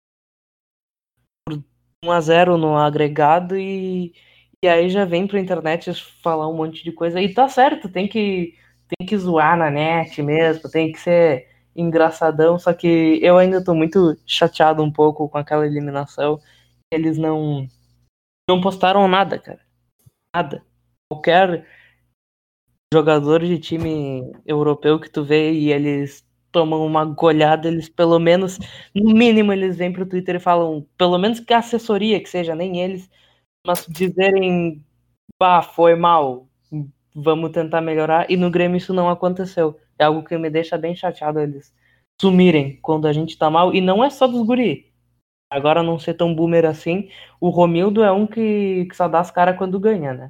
S4: 1-0 no agregado e aí já vem pra internet falar um monte de coisa. E tá certo, tem que zoar na net mesmo, tem que ser engraçadão, só que eu ainda tô muito chateado um pouco com aquela eliminação. Eles não postaram nada, cara. Nada. Qualquer jogador de time europeu que tu vê e eles tomam uma goleada, eles pelo menos, no mínimo, eles vêm pro Twitter e falam, pelo menos que a assessoria, que seja, nem eles, mas dizerem, foi mal, vamos tentar melhorar, e no Grêmio isso não aconteceu. É algo que me deixa bem chateado eles sumirem quando a gente tá mal, e não é só dos guri. Agora não ser tão boomer assim, o Romildo é um que só dá as caras quando ganha, né?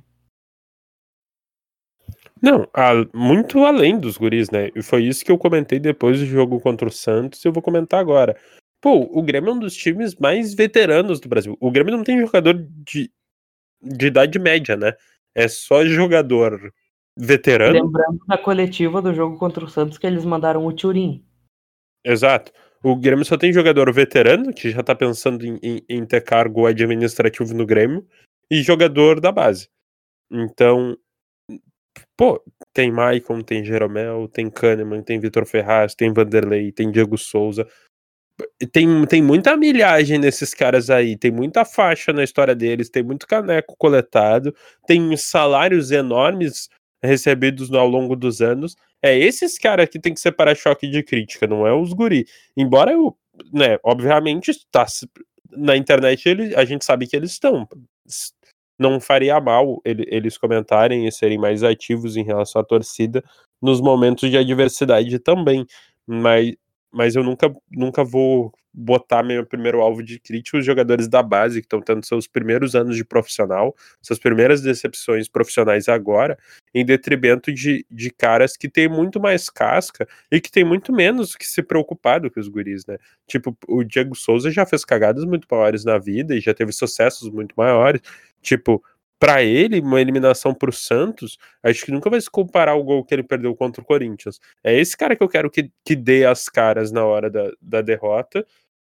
S2: Não, muito além dos guris, né? E foi isso que eu comentei depois do jogo contra o Santos e eu vou comentar agora. Pô, o Grêmio é um dos times mais veteranos do Brasil. O Grêmio não tem jogador de idade média, né? É só jogador veterano.
S4: Lembrando da coletiva do jogo contra o Santos que eles mandaram o Turim.
S2: Exato. O Grêmio só tem jogador veterano, que já tá pensando em ter cargo administrativo no Grêmio, e jogador da base. Então, pô, tem Maicon, tem Jeromel, tem Kahneman, tem Vitor Ferraz, tem Vanderlei, tem Diego Souza. Tem muita milhagem nesses caras aí, tem muita faixa na história deles, tem muito caneco coletado, tem salários enormes recebidos ao longo dos anos. É esses caras que tem que ser para-choque de crítica, não é os guri. Embora eu, né, obviamente, na internet a gente sabe que eles estão. Não faria mal eles comentarem e serem mais ativos em relação à torcida nos momentos de adversidade também. Mas eu nunca vou botar meu primeiro alvo de crítica os jogadores da base que estão tendo seus primeiros anos de profissional, suas primeiras decepções profissionais agora, em detrimento de caras que têm muito mais casca e que têm muito menos que se preocupar do que os guris, né? Tipo, o Diego Souza já fez cagadas muito maiores na vida e já teve sucessos muito maiores. Tipo, pra ele, uma eliminação pro Santos, acho que nunca vai se comparar ao gol que ele perdeu contra o Corinthians. É esse cara que eu quero que dê as caras na hora da derrota,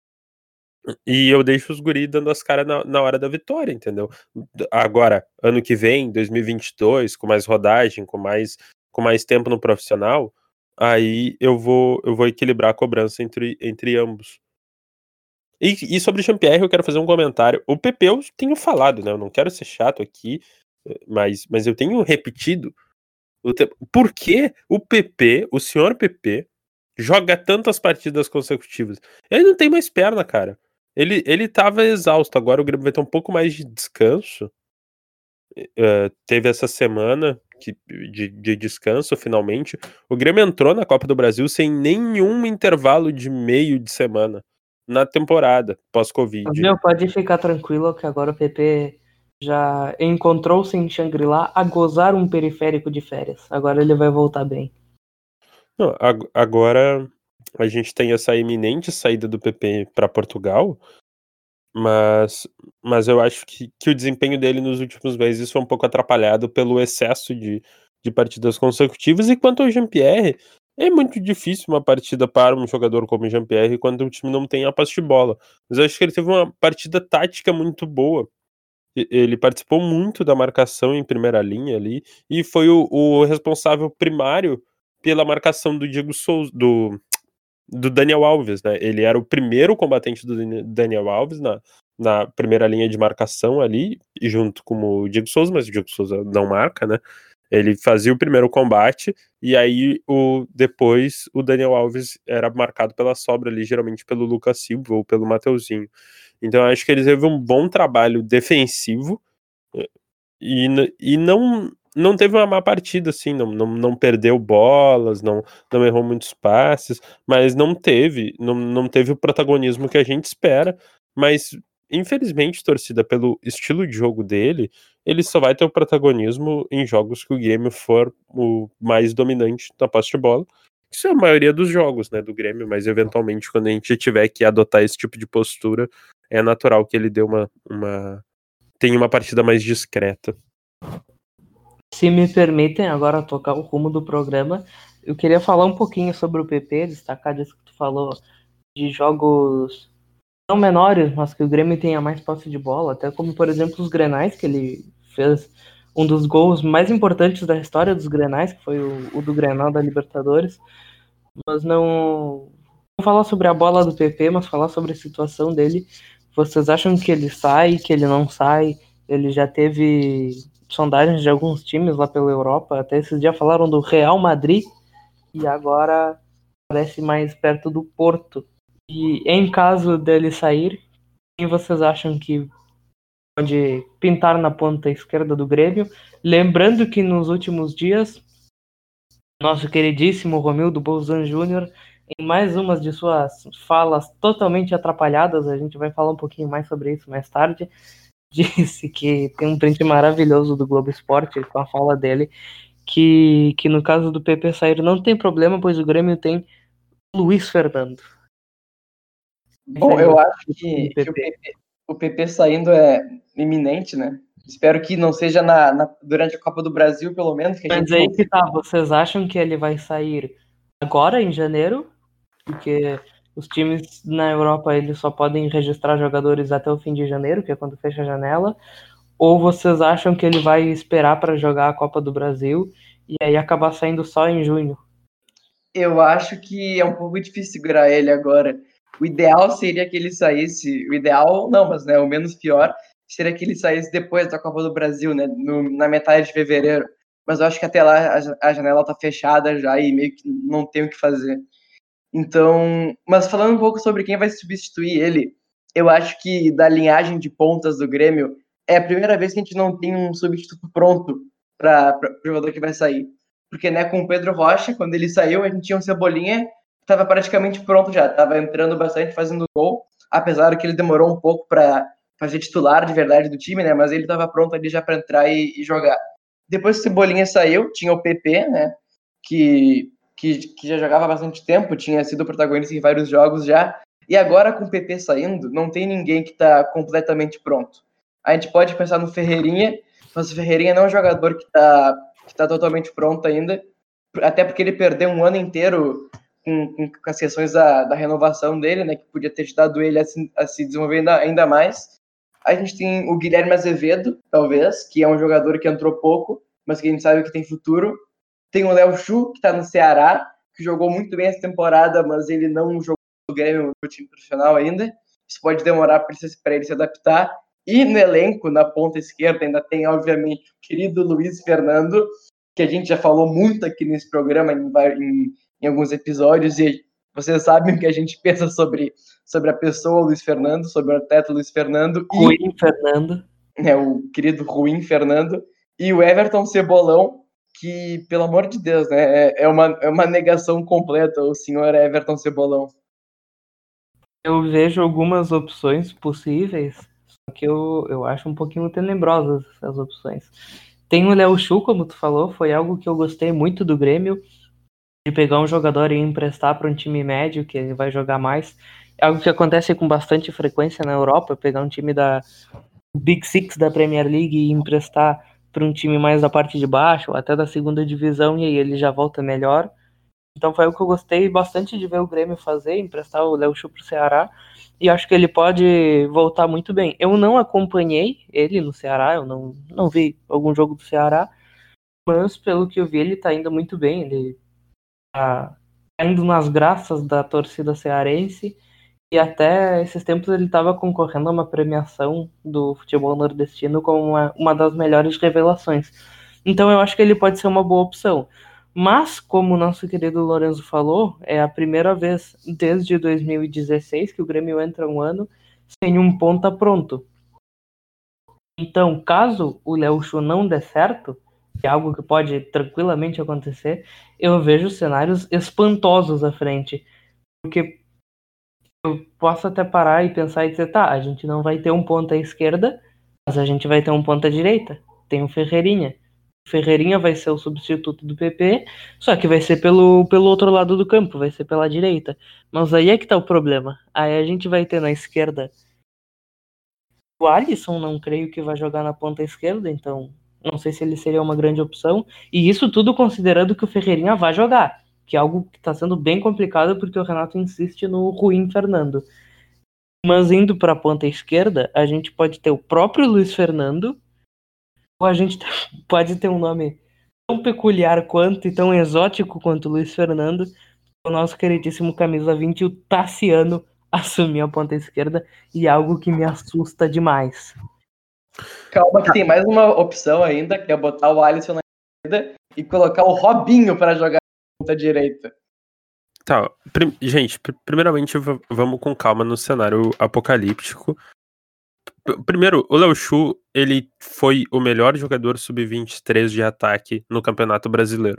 S2: e eu deixo os guri dando as caras na hora da vitória, entendeu? Agora, ano que vem, 2022, com mais rodagem, com mais tempo no profissional, aí eu vou equilibrar a cobrança entre ambos. E sobre o Jean-Pierre eu quero fazer um comentário. O PP eu tenho falado, né? Eu não quero ser chato aqui, mas eu tenho repetido por que o PP, o senhor PP, joga tantas partidas consecutivas? Ele não tem mais perna, cara. Ele tava exausto, agora o Grêmio vai ter um pouco mais de descanso. Teve essa semana de descanso, finalmente. O Grêmio entrou na Copa do Brasil sem nenhum intervalo de meio de semana na temporada, pós-Covid.
S4: Meu, pode ficar tranquilo que agora o PP já encontrou-se em Xangri-Lá a gozar um periférico de férias. Agora ele vai voltar bem.
S2: Não, agora a gente tem essa iminente saída do PP para Portugal, mas eu acho que o desempenho dele nos últimos meses foi um pouco atrapalhado pelo excesso de partidas consecutivas. E quanto ao Jean-Pierre, é muito difícil uma partida para um jogador como o Jean-Pierre quando o time não tem a posse de bola. Mas eu acho que ele teve uma partida tática muito boa. Ele participou muito da marcação em primeira linha ali e foi o responsável primário pela marcação do Diego Souza, do Daniel Alves, né? Ele era o primeiro combatente do Daniel Alves na primeira linha de marcação ali, junto com o Diego Souza, mas o Diego Souza não marca, né? Ele fazia o primeiro combate e aí depois o Daniel Alves era marcado pela sobra ali, geralmente pelo Lucas Silva ou pelo Mateuzinho. Então eu acho que ele teve um bom trabalho defensivo e não teve uma má partida, assim, não perdeu bolas, não errou muitos passes, mas não teve o protagonismo que a gente espera. Mas infelizmente, torcida, pelo estilo de jogo dele, ele só vai ter o protagonismo em jogos que o Grêmio for o mais dominante na posse de bola. Isso é a maioria dos jogos, né, do Grêmio, mas eventualmente quando a gente tiver que adotar esse tipo de postura, é natural que ele dê tenha uma partida mais discreta.
S4: Se me permitem agora tocar o rumo do programa, eu queria falar um pouquinho sobre o PP, destacar disso que tu falou, de jogos não menores, mas que o Grêmio tenha mais posse de bola, até como, por exemplo, os Grenais, que ele fez um dos gols mais importantes da história dos Grenais, que foi o do Grenal da Libertadores. Mas não falar sobre a bola do PP, mas falar sobre a situação dele. Vocês acham que ele sai, que ele não sai? Ele já teve sondagens de alguns times lá pela Europa, até esses dias falaram do Real Madrid, e agora parece mais perto do Porto. E em caso dele sair, quem vocês acham que pode pintar na ponta esquerda do Grêmio? Lembrando que nos últimos dias, nosso queridíssimo Romildo Bolzan Júnior, em mais uma de suas falas totalmente atrapalhadas, a gente vai falar um pouquinho mais sobre isso mais tarde, disse que tem um print maravilhoso do Globo Esporte com a fala dele, que no caso do PP sair não tem problema, pois o Grêmio tem Luiz Fernando.
S3: Bom, eu acho que o PP saindo é iminente, né? Espero que não seja durante a Copa do Brasil, pelo menos. Que
S4: Mas aí que tá, vocês acham que ele vai sair agora, em janeiro? Porque os times na Europa eles só podem registrar jogadores até o fim de janeiro, que é quando fecha a janela. Ou vocês acham que ele vai esperar para jogar a Copa do Brasil e aí acabar saindo só em junho?
S3: Eu acho que é um pouco difícil segurar ele agora. O ideal seria que ele saísse. O ideal, não, mas né, o menos pior seria que ele saísse depois da Copa do Brasil, né, na metade de fevereiro. Mas eu acho que até lá a janela tá fechada já e meio que não tem o que fazer. Então, mas falando um pouco sobre quem vai substituir ele, eu acho que da linhagem de pontas do Grêmio, é a primeira vez que a gente não tem um substituto pronto para o jogador que vai sair. Porque, né, com o Pedro Rocha, quando ele saiu, a gente tinha um Cebolinha que estava praticamente pronto já, estava entrando bastante, fazendo gol, apesar que ele demorou um pouco para fazer titular de verdade do time, né, mas ele estava pronto ali já para entrar e jogar. Depois que o Cebolinha saiu, tinha o PP, né, que já jogava há bastante tempo, tinha sido protagonista em vários jogos já, e agora com o PP saindo, não tem ninguém que está completamente pronto. A gente pode pensar no Ferreirinha, mas o Ferreirinha não é um jogador que está totalmente pronto ainda, até porque ele perdeu um ano inteiro com as questões da renovação dele, né, que podia ter ajudado ele a se desenvolver ainda mais. A gente tem o Guilherme Azevedo, talvez, que é um jogador que entrou pouco, mas que a gente sabe que tem futuro. Tem o Léo Chu, que está no Ceará, que jogou muito bem essa temporada, mas ele não jogou no Grêmio, no time profissional ainda. Isso pode demorar para ele se adaptar. E no elenco, na ponta esquerda, ainda tem, obviamente, o querido Luiz Fernando, que a gente já falou muito aqui nesse programa em alguns episódios, e Vocês sabem o que a gente pensa sobre a pessoa Luiz Fernando, sobre o atleta Luiz Fernando e
S4: Ruim, Fernando.
S3: o querido ruim Fernando e o Everton Cebolão, que, pelo amor de Deus, né, é uma negação completa, o senhor Everton Cebolão.
S4: Eu vejo algumas opções possíveis, só que eu acho um pouquinho tenebrosas essas opções. Tem o Léo Chu, como tu falou, foi algo que eu gostei muito do Grêmio, de pegar um jogador e emprestar para um time médio, que ele vai jogar mais. É algo que acontece com bastante frequência na Europa, pegar um time da Big Six da Premier League e emprestar para um time mais da parte de baixo, ou até da segunda divisão, e aí ele já volta melhor. Então foi algo que eu gostei bastante de ver o Grêmio fazer, emprestar o Léo Chu pro Ceará, e acho que ele pode voltar muito bem. Eu não acompanhei ele no Ceará, eu não vi algum jogo do Ceará, mas pelo que eu vi ele tá indo muito bem, ele tá indo nas graças da torcida cearense, e até esses tempos ele estava concorrendo a uma premiação do futebol nordestino como uma das melhores revelações. Então eu acho que ele pode ser uma boa opção. Mas, como o nosso querido Lorenzo falou, é a primeira vez desde 2016 que o Grêmio entra um ano sem um ponta pronto. Então, caso o Léo Chu não der certo, que é algo que pode tranquilamente acontecer, eu vejo cenários espantosos à frente. Porque eu posso até parar e pensar e dizer, tá, a gente não vai ter um ponta à esquerda, mas a gente vai ter um ponta à direita. Tem o Ferreirinha. O Ferreirinha vai ser o substituto do PP, só que vai ser pelo outro lado do campo, vai ser pela direita. Mas aí é que tá o problema. Aí a gente vai ter na esquerda o Alisson, não creio que vai jogar na ponta esquerda, então não sei se ele seria uma grande opção. E isso tudo considerando que o Ferreirinha vai jogar, que é algo que está sendo bem complicado porque o Renato insiste no ruim Fernando. Mas indo para a ponta esquerda, a gente pode ter o próprio Luiz Fernando, ou a gente pode ter um nome tão peculiar quanto e tão exótico quanto o Luiz Fernando, o nosso queridíssimo camisa 20, o Tassiano, assumir a ponta esquerda, e é algo que me assusta demais.
S3: Calma que tem mais uma opção ainda, que é botar o Alisson na esquerda e colocar o Robinho para jogar na ponta direita.
S2: Tá, gente, primeiramente vamos com calma no cenário apocalíptico. Primeiro, o Léo Chu, ele foi o melhor jogador sub-23 de ataque no Campeonato Brasileiro.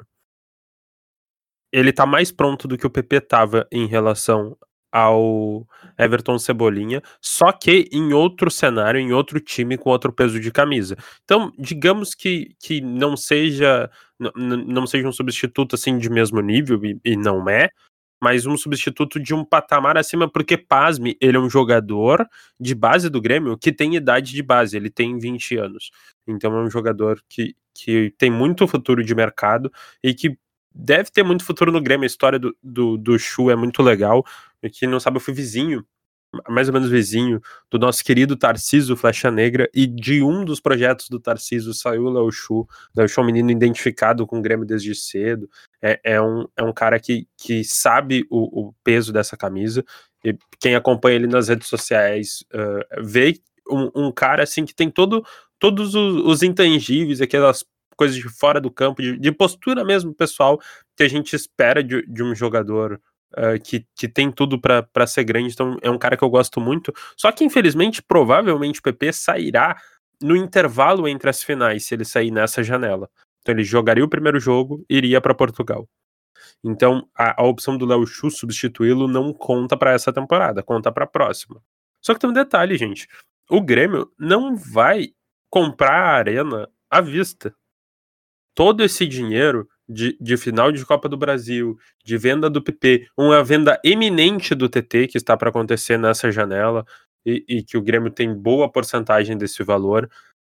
S2: Ele tá mais pronto do que o PP tava em relação ao Everton Cebolinha, só que em outro cenário, em outro time com outro peso de camisa. Então, digamos que não seja um substituto assim de mesmo nível, e não é, mas um substituto de um patamar acima, porque, pasme, ele é um jogador de base do Grêmio que tem idade de base, ele tem 20 anos. Então é um jogador que tem muito futuro de mercado e que deve ter muito futuro no Grêmio. A história do Chu é muito legal. Quem não sabe, eu fui vizinho, mais ou menos vizinho, do nosso querido Tarcísio Flecha Negra, e de um dos projetos do Tarcísio saiu o Léo Chu. Léo Chu é um menino identificado com o Grêmio desde cedo, é um cara que sabe o peso dessa camisa, e quem acompanha ele nas redes sociais vê um cara assim que tem todos os intangíveis, aquelas coisas de fora do campo, de postura mesmo pessoal, que a gente espera de um jogador que tem tudo pra ser grande. Então é um cara que eu gosto muito, só que infelizmente, provavelmente o PP sairá no intervalo entre as finais, se ele sair nessa janela. Então ele jogaria o primeiro jogo e iria pra Portugal. Então a opção do Léo Chu substituí-lo não conta pra essa temporada, conta pra próxima. Só que tem um detalhe, gente, o Grêmio não vai comprar a Arena à vista. Todo esse dinheiro de final de Copa do Brasil, de venda do PP, uma venda eminente do TT que está para acontecer nessa janela, e que o Grêmio tem boa porcentagem desse valor,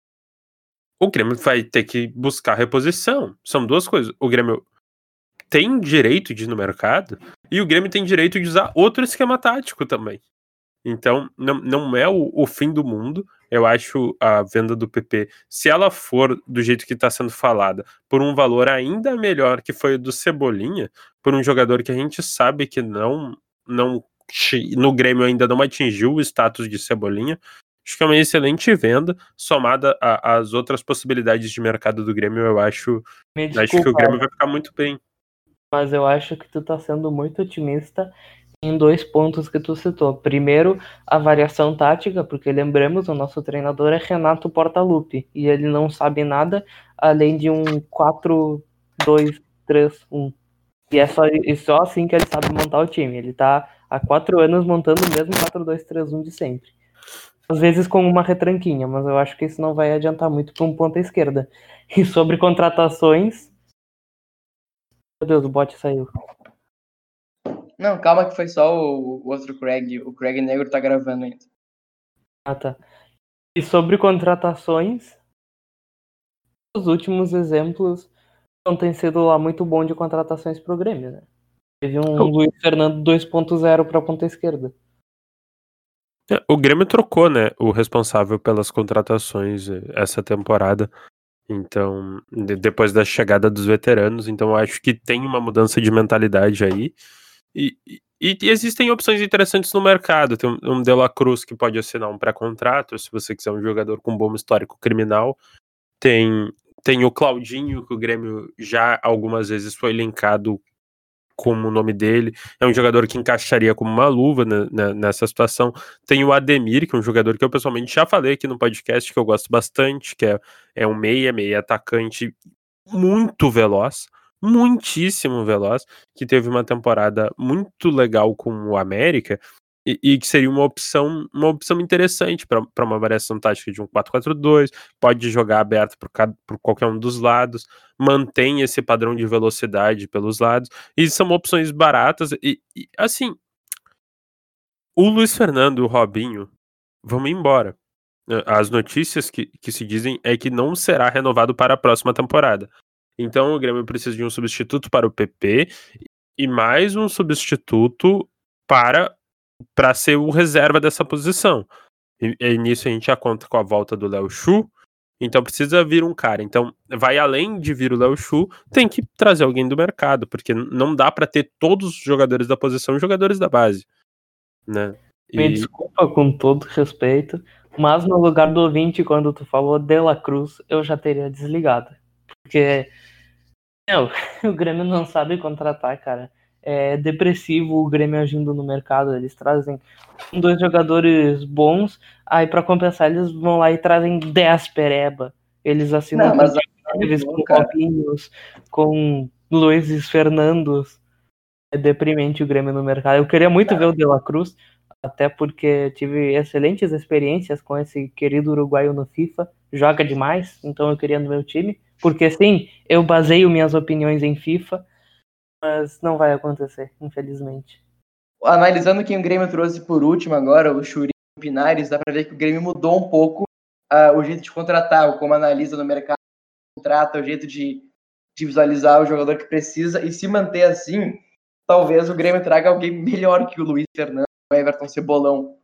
S2: o Grêmio vai ter que buscar reposição. São duas coisas. O Grêmio tem direito de ir no mercado e o Grêmio tem direito de usar outro esquema tático também. Então, não é o fim do mundo. Eu acho a venda do PP, se ela for do jeito que está sendo falada, por um valor ainda melhor que foi o do Cebolinha, por um jogador que a gente sabe que no Grêmio ainda não atingiu o status de Cebolinha, acho que é uma excelente venda, somada às outras possibilidades de mercado do Grêmio. Eu acho que o Grêmio vai ficar muito bem.
S4: Mas eu acho que tu tá sendo muito otimista em 2 pontos que tu citou. Primeiro, a variação tática, porque lembramos, o nosso treinador é Renato Portaluppi, e ele não sabe nada além de um 4-2-3-1. E só assim que ele sabe montar o time. Ele tá há 4 anos montando o mesmo 4-2-3-1 de sempre. Às vezes com uma retranquinha, mas eu acho que isso não vai adiantar muito para um ponta esquerda. E sobre contratações... Meu Deus, o bot saiu.
S3: Não, calma que foi só o outro Craig. O Craig Negro tá gravando ainda.
S4: Ah, tá. E sobre contratações, os últimos exemplos não tem sido lá muito bom de contratações pro Grêmio, né? Teve um Luiz Fernando 2.0 para ponta esquerda.
S2: O Grêmio trocou, né, o responsável pelas contratações essa temporada. Então, depois da chegada dos veteranos, então eu acho que tem uma mudança de mentalidade aí. E existem opções interessantes no mercado. Tem um De La Cruz que pode assinar um pré-contrato, se você quiser um jogador com bom histórico criminal. Tem o Claudinho, que o Grêmio já algumas vezes foi linkado como o nome dele. É um jogador que encaixaria como uma luva nessa situação. Tem o Ademir, que é um jogador que eu pessoalmente já falei aqui no podcast, que eu gosto bastante, que é um meia atacante muito veloz, muitíssimo veloz, que teve uma temporada muito legal com o América e que seria uma opção interessante para uma variação tática de um 4-4-2, pode jogar aberto por qualquer um dos lados, mantém esse padrão de velocidade pelos lados, e são opções baratas, e assim, o Luiz Fernando e o Robinho vão embora. As notícias que se dizem é que não será renovado para a próxima temporada. Então o Grêmio precisa de um substituto para o PP e mais um substituto para ser o reserva dessa posição. E nisso a gente já conta com a volta do Léo Chu, então precisa vir um cara. Então vai além de vir o Léo Chu, tem que trazer alguém do mercado, porque não dá para ter todos os jogadores da posição jogadores da base, né?
S4: Me desculpa com todo respeito, mas no lugar do ouvinte, quando tu falou De La Cruz, eu já teria desligado. Porque o Grêmio não sabe contratar, cara. É depressivo o Grêmio agindo no mercado. Eles trazem 2 jogadores bons, aí pra compensar eles vão lá e trazem 10 pereba. Eles assinam
S3: Não, mas
S4: com Neves, com
S3: cara.
S4: Robinhos, com Luiz Fernandos. É deprimente o Grêmio no mercado. Eu queria muito ver o De La Cruz, até porque tive excelentes experiências com esse querido uruguaio no FIFA. Joga demais, então eu queria no meu time. Porque sim, eu baseio minhas opiniões em FIFA, mas não vai acontecer, infelizmente.
S3: Analisando quem o Grêmio trouxe por último agora, o Churinho e o Pinares, dá para ver que o Grêmio mudou um pouco o jeito de contratar, como analisa no mercado, contrata, o jeito de visualizar o jogador que precisa, e se manter assim, talvez o Grêmio traga alguém melhor que o Luiz Fernando, o Everton Cebolão.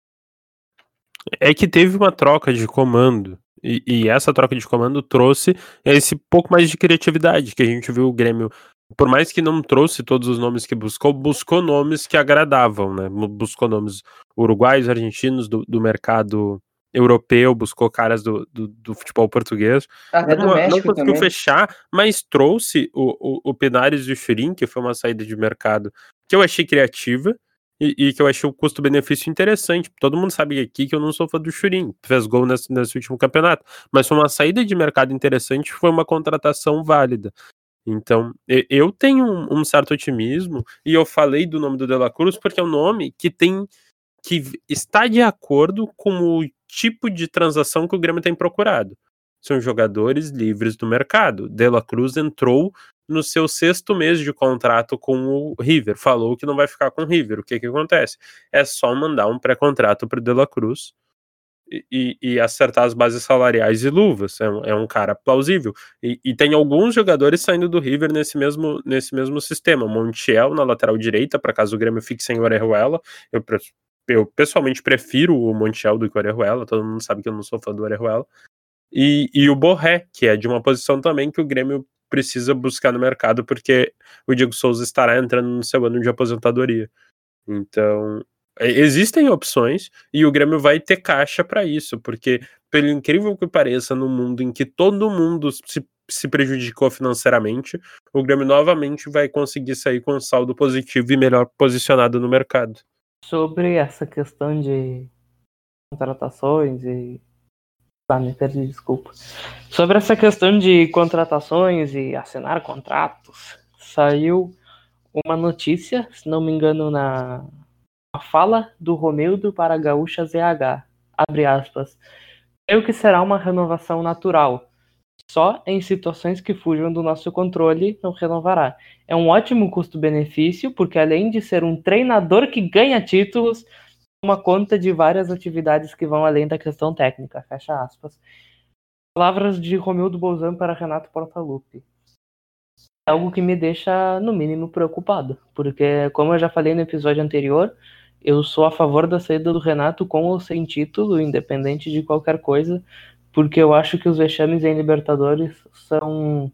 S2: É que teve uma troca de comando, e essa troca de comando trouxe esse pouco mais de criatividade, que a gente viu o Grêmio, por mais que não trouxe todos os nomes que buscou nomes que agradavam, né? Buscou nomes uruguaios, argentinos, do mercado europeu, buscou caras do futebol português.
S3: Até do
S2: Não
S3: México
S2: conseguiu
S3: também.
S2: fechar, mas trouxe o Pinares e o Churin, que foi uma saída de mercado que eu achei criativa, e que eu achei o custo-benefício interessante. Todo mundo sabe aqui que eu não sou fã do Churin, fez gol nesse último campeonato, mas foi uma saída de mercado interessante, foi uma contratação válida. Então, eu tenho um certo otimismo, e eu falei do nome do De La Cruz porque é um nome que está de acordo com o tipo de transação que o Grêmio tem procurado. São jogadores livres do mercado. De La Cruz entrou no seu 6º mês de contrato com o River. Falou que não vai ficar com o River. O que acontece? É só mandar um pré-contrato para o De La Cruz e acertar as bases salariais e luvas. É um cara plausível. E tem alguns jogadores saindo do River nesse mesmo sistema. Montiel na lateral direita, para caso o Grêmio fique sem o Orejuela. Eu pessoalmente prefiro o Montiel do que o Orejuela. Todo mundo sabe que eu não sou fã do Orejuela. E o Borré, que é de uma posição também que o Grêmio precisa buscar no mercado, porque o Diego Souza estará entrando no seu ano de aposentadoria. Então, existem opções e o Grêmio vai ter caixa para isso, porque, pelo incrível que pareça, no mundo em que todo mundo se se prejudicou financeiramente, o Grêmio novamente vai conseguir sair com um saldo positivo e melhor posicionado no mercado.
S4: Sobre essa questão de contratações e... me perdi, desculpa. Sobre essa questão de contratações e assinar contratos, saiu uma notícia, se não me engano, na fala do Romildo para a Gaúcha ZH, abre aspas, creio que será uma renovação natural, só em situações que fujam do nosso controle não renovará. É um ótimo custo-benefício, porque além de ser um treinador que ganha títulos, toma conta de várias atividades que vão além da questão técnica, fecha aspas. Palavras de Romildo Bolzan para Renato Portaluppi. É algo que me deixa, no mínimo, preocupado, porque, como eu já falei no episódio anterior, eu sou a favor da saída do Renato com ou sem título, independente de qualquer coisa, porque eu acho que os vexames em Libertadores são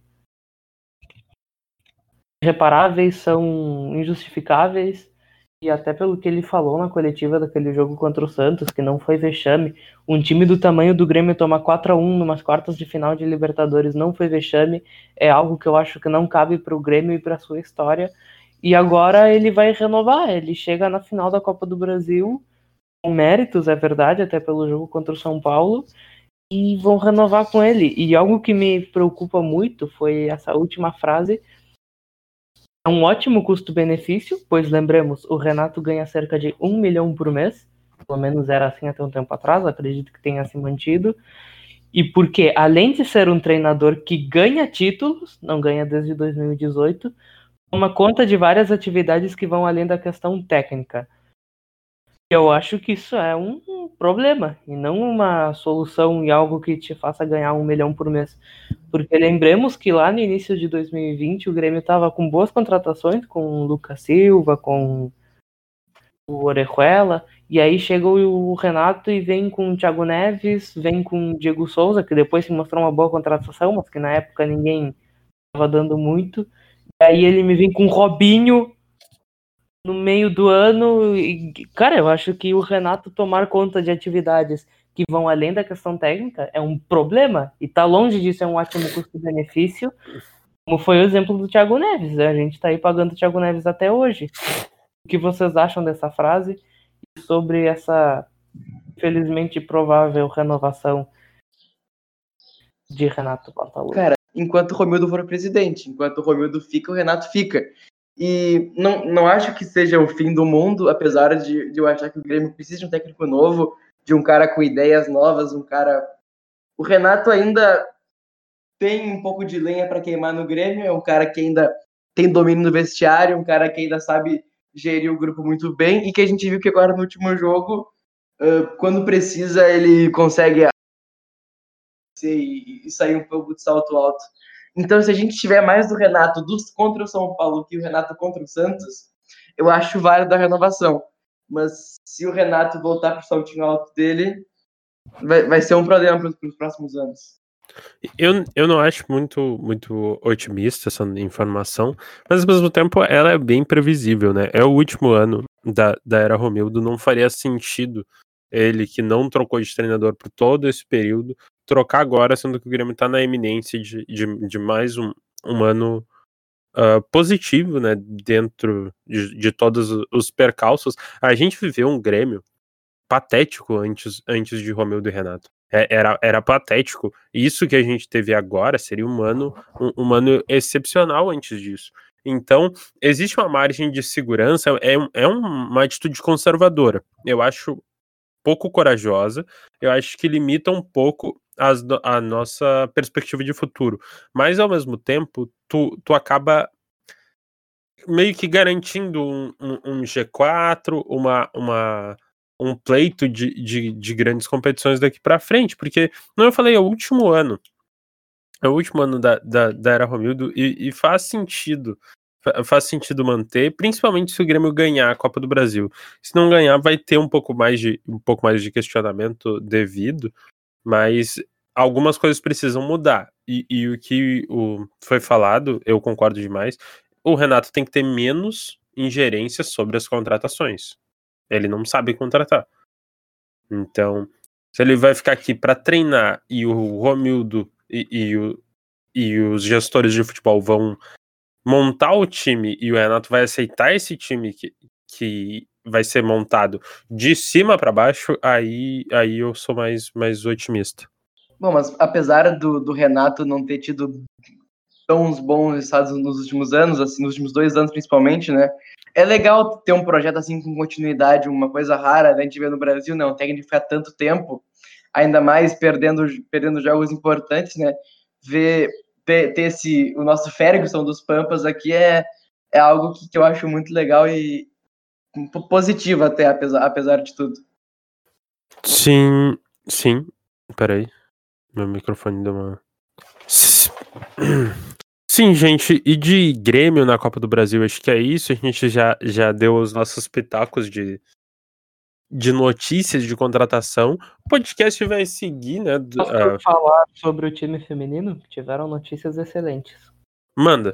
S4: irreparáveis, são injustificáveis, e até pelo que ele falou na coletiva daquele jogo contra o Santos, que não foi vexame, um time do tamanho do Grêmio tomar 4-1 numas quartas de final de Libertadores não foi vexame, é algo que eu acho que não cabe para o Grêmio e para sua história, e agora ele vai renovar, ele chega na final da Copa do Brasil, com méritos, é verdade, até pelo jogo contra o São Paulo, e vão renovar com ele, e algo que me preocupa muito foi essa última frase. É um ótimo custo-benefício, pois lembremos, o Renato ganha cerca de 1 milhão por mês, pelo menos era assim até um tempo atrás, acredito que tenha se mantido, e porque além de ser um treinador que ganha títulos, não ganha desde 2018, toma conta de várias atividades que vão além da questão técnica. Eu acho que isso é um problema, e não uma solução e algo que te faça ganhar 1 milhão por mês. Porque lembremos que lá no início de 2020 o Grêmio estava com boas contratações, com o Lucas Silva, com o Orejuela, e aí chegou o Renato e vem com o Thiago Neves, vem com o Diego Souza, que depois se mostrou uma boa contratação, mas que na época ninguém estava dando muito. E aí ele me vem com o Robinho no meio do ano, e, cara, eu acho que o Renato tomar conta de atividades que vão além da questão técnica é um problema, e tá longe de ser um ótimo custo-benefício, como foi o exemplo do Thiago Neves, né? A gente tá aí pagando o Thiago Neves até hoje. O que vocês acham dessa frase e sobre essa, infelizmente, provável renovação de Renato Portaluppi?
S3: Cara, enquanto o Romildo for presidente, enquanto o Romildo fica, o Renato fica. E não acho que seja o fim do mundo, apesar de eu achar que o Grêmio precisa de um técnico novo, de um cara com ideias novas, um cara... O Renato ainda tem um pouco de lenha para queimar no Grêmio, é um cara que ainda tem domínio no vestiário, um cara que ainda sabe gerir o grupo muito bem, e que a gente viu que agora no último jogo, quando precisa, ele consegue e sair um pouco de salto alto. Então, se a gente tiver mais do Renato contra o São Paulo que o Renato contra o Santos, eu acho válido a renovação. Mas se o Renato voltar para o saltinho alto dele, vai ser um problema para os próximos anos.
S2: Eu não acho muito otimista essa informação, mas ao mesmo tempo ela é bem previsível, né? É o último ano da era Romildo, não faria sentido ele, que não trocou de treinador por todo esse período, trocar agora, sendo que o Grêmio tá na iminência de mais um ano positivo, né? Dentro de todos os percalços. A gente viveu um Grêmio patético antes de Romildo e Renato. Era patético. Isso que a gente teve agora seria um ano excepcional antes disso. Então, existe uma margem de segurança, é uma atitude conservadora. Eu acho pouco corajosa, eu acho que limita um pouco a nossa perspectiva de futuro. Mas, ao mesmo tempo, tu acaba meio que garantindo um G4, um pleito de grandes competições daqui pra frente, porque, não, eu falei, é o último ano da era Romildo, e faz sentido manter, principalmente se o Grêmio ganhar a Copa do Brasil. Se não ganhar, vai ter um pouco mais de questionamento devido, mas algumas coisas precisam mudar, e o que foi falado, eu concordo demais, o Renato tem que ter menos ingerência sobre as contratações. Ele não sabe contratar. Então, se ele vai ficar aqui para treinar e o Romildo e os gestores de futebol vão montar o time e o Renato vai aceitar esse time que vai ser montado de cima para baixo, aí eu sou mais otimista.
S3: Bom, mas apesar do Renato não ter tido tão bons resultados nos últimos anos, assim, nos últimos 2 anos principalmente, né? É legal ter um projeto assim com continuidade, uma coisa rara, né? A gente vê no Brasil, né? Um técnico ficar tanto tempo, ainda mais perdendo jogos importantes, né? Ter o nosso Ferguson dos Pampas aqui é algo que eu acho muito legal e positivo até, apesar de tudo.
S2: Sim. Peraí. Meu microfone deu uma... Sim, gente, e de Grêmio na Copa do Brasil, acho que é isso. A gente já deu os nossos pitacos de notícias de contratação. O podcast vai seguir, né?
S4: Posso falar sobre o time feminino? Tiveram notícias excelentes.
S2: Manda.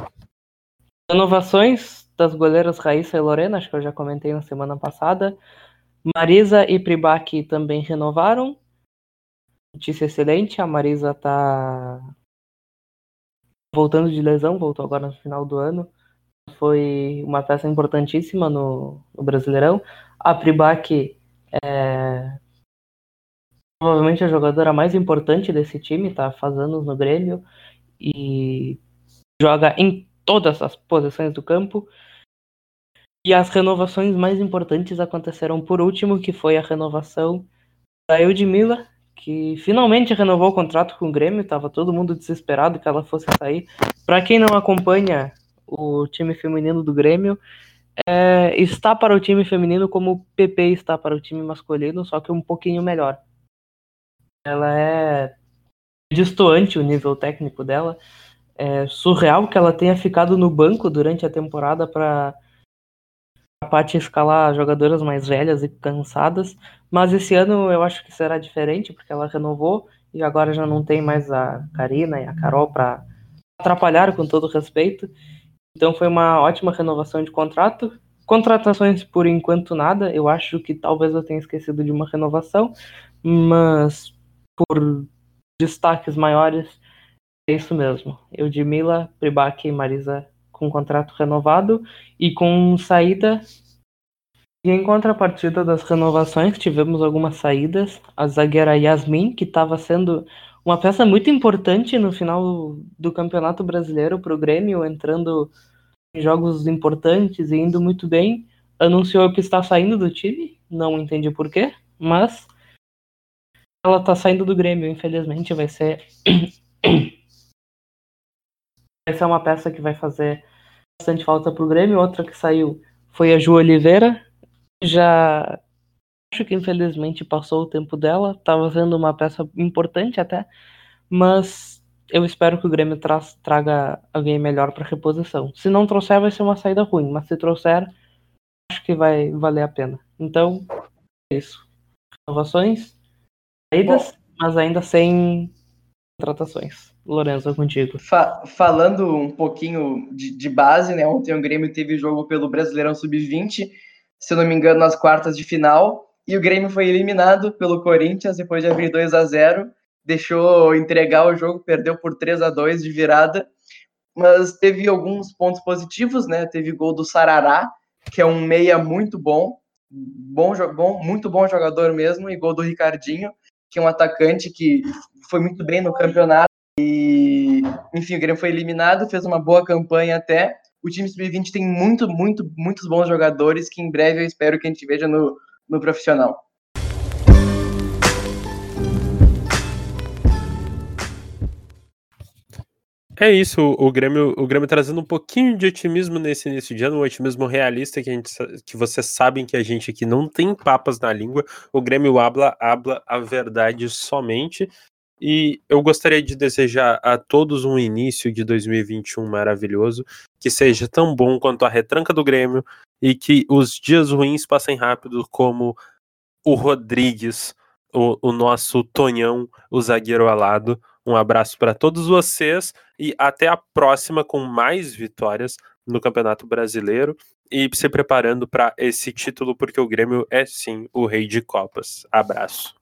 S4: Renovações das goleiras Raíssa e Lorena, acho que eu já comentei na semana passada. Marisa e Pribac também renovaram. Notícia excelente, a Marisa tá voltando de lesão, voltou agora no final do ano. Foi uma peça importantíssima no Brasileirão. A Pribac é provavelmente a jogadora mais importante desse time, tá faz anos no Grêmio e joga em todas as posições do campo. E as renovações mais importantes aconteceram por último, que foi a renovação da Eudmila, que finalmente renovou o contrato com o Grêmio. Tava todo mundo desesperado que ela fosse sair. Para quem não acompanha o time feminino do Grêmio, está para o time feminino como o PP está para o time masculino, só que um pouquinho melhor. Ela é destoante o nível técnico dela. É surreal que ela tenha ficado no banco durante a temporada para a Paty escalar jogadoras mais velhas e cansadas, mas esse ano eu acho que será diferente, porque ela renovou e agora já não tem mais a Karina e a Carol para atrapalhar, com todo respeito. Então foi uma ótima renovação de contrato. Contratações por enquanto nada, eu acho que talvez eu tenha esquecido de uma renovação, mas por destaques maiores é isso mesmo. Eudmila, Pribac e Marisa com contrato renovado e com saída. E em contrapartida das renovações, tivemos algumas saídas. A zagueira Yasmin, que estava sendo uma peça muito importante no final do Campeonato Brasileiro para o Grêmio, entrando em jogos importantes e indo muito bem, anunciou que está saindo do time. Não entendi por quê, mas ela está saindo do Grêmio, infelizmente. Vai ser uma peça que vai fazer bastante falta pro Grêmio. Outra que saiu foi a Ju Oliveira. Já acho que infelizmente passou o tempo dela. Tava sendo uma peça importante até, mas eu espero que o Grêmio traga alguém melhor para reposição. Se não trouxer, vai ser uma saída ruim, mas se trouxer, acho que vai valer a pena. Então, é isso. Renovações, saídas, mas ainda sem contratações. Lorenzo, contigo.
S3: Falando um pouquinho de base, né? Ontem o Grêmio teve jogo pelo Brasileirão Sub-20, se eu não me engano, nas quartas de final, e o Grêmio foi eliminado pelo Corinthians depois de abrir 2-0, deixou entregar o jogo, perdeu por 3-2 de virada, mas teve alguns pontos positivos, né? Teve gol do Sarará, que é um meia muito muito bom jogador mesmo, e gol do Ricardinho, que é um atacante que foi muito bem no campeonato. E, enfim, o Grêmio foi eliminado, fez uma boa campanha até. O time sub-20 tem muitos bons jogadores que em breve eu espero que a gente veja no profissional.
S2: É isso, o Grêmio trazendo um pouquinho de otimismo nesse início de ano, um otimismo realista que vocês sabem que a gente aqui não tem papas na língua. O Grêmio habla a verdade somente. E eu gostaria de desejar a todos um início de 2021 maravilhoso, que seja tão bom quanto a retranca do Grêmio e que os dias ruins passem rápido, como o Rodrigues, o nosso Tonhão, o zagueiro alado. Um abraço para todos vocês e até a próxima com mais vitórias no Campeonato Brasileiro e se preparando para esse título, porque o Grêmio é sim o rei de Copas. Abraço.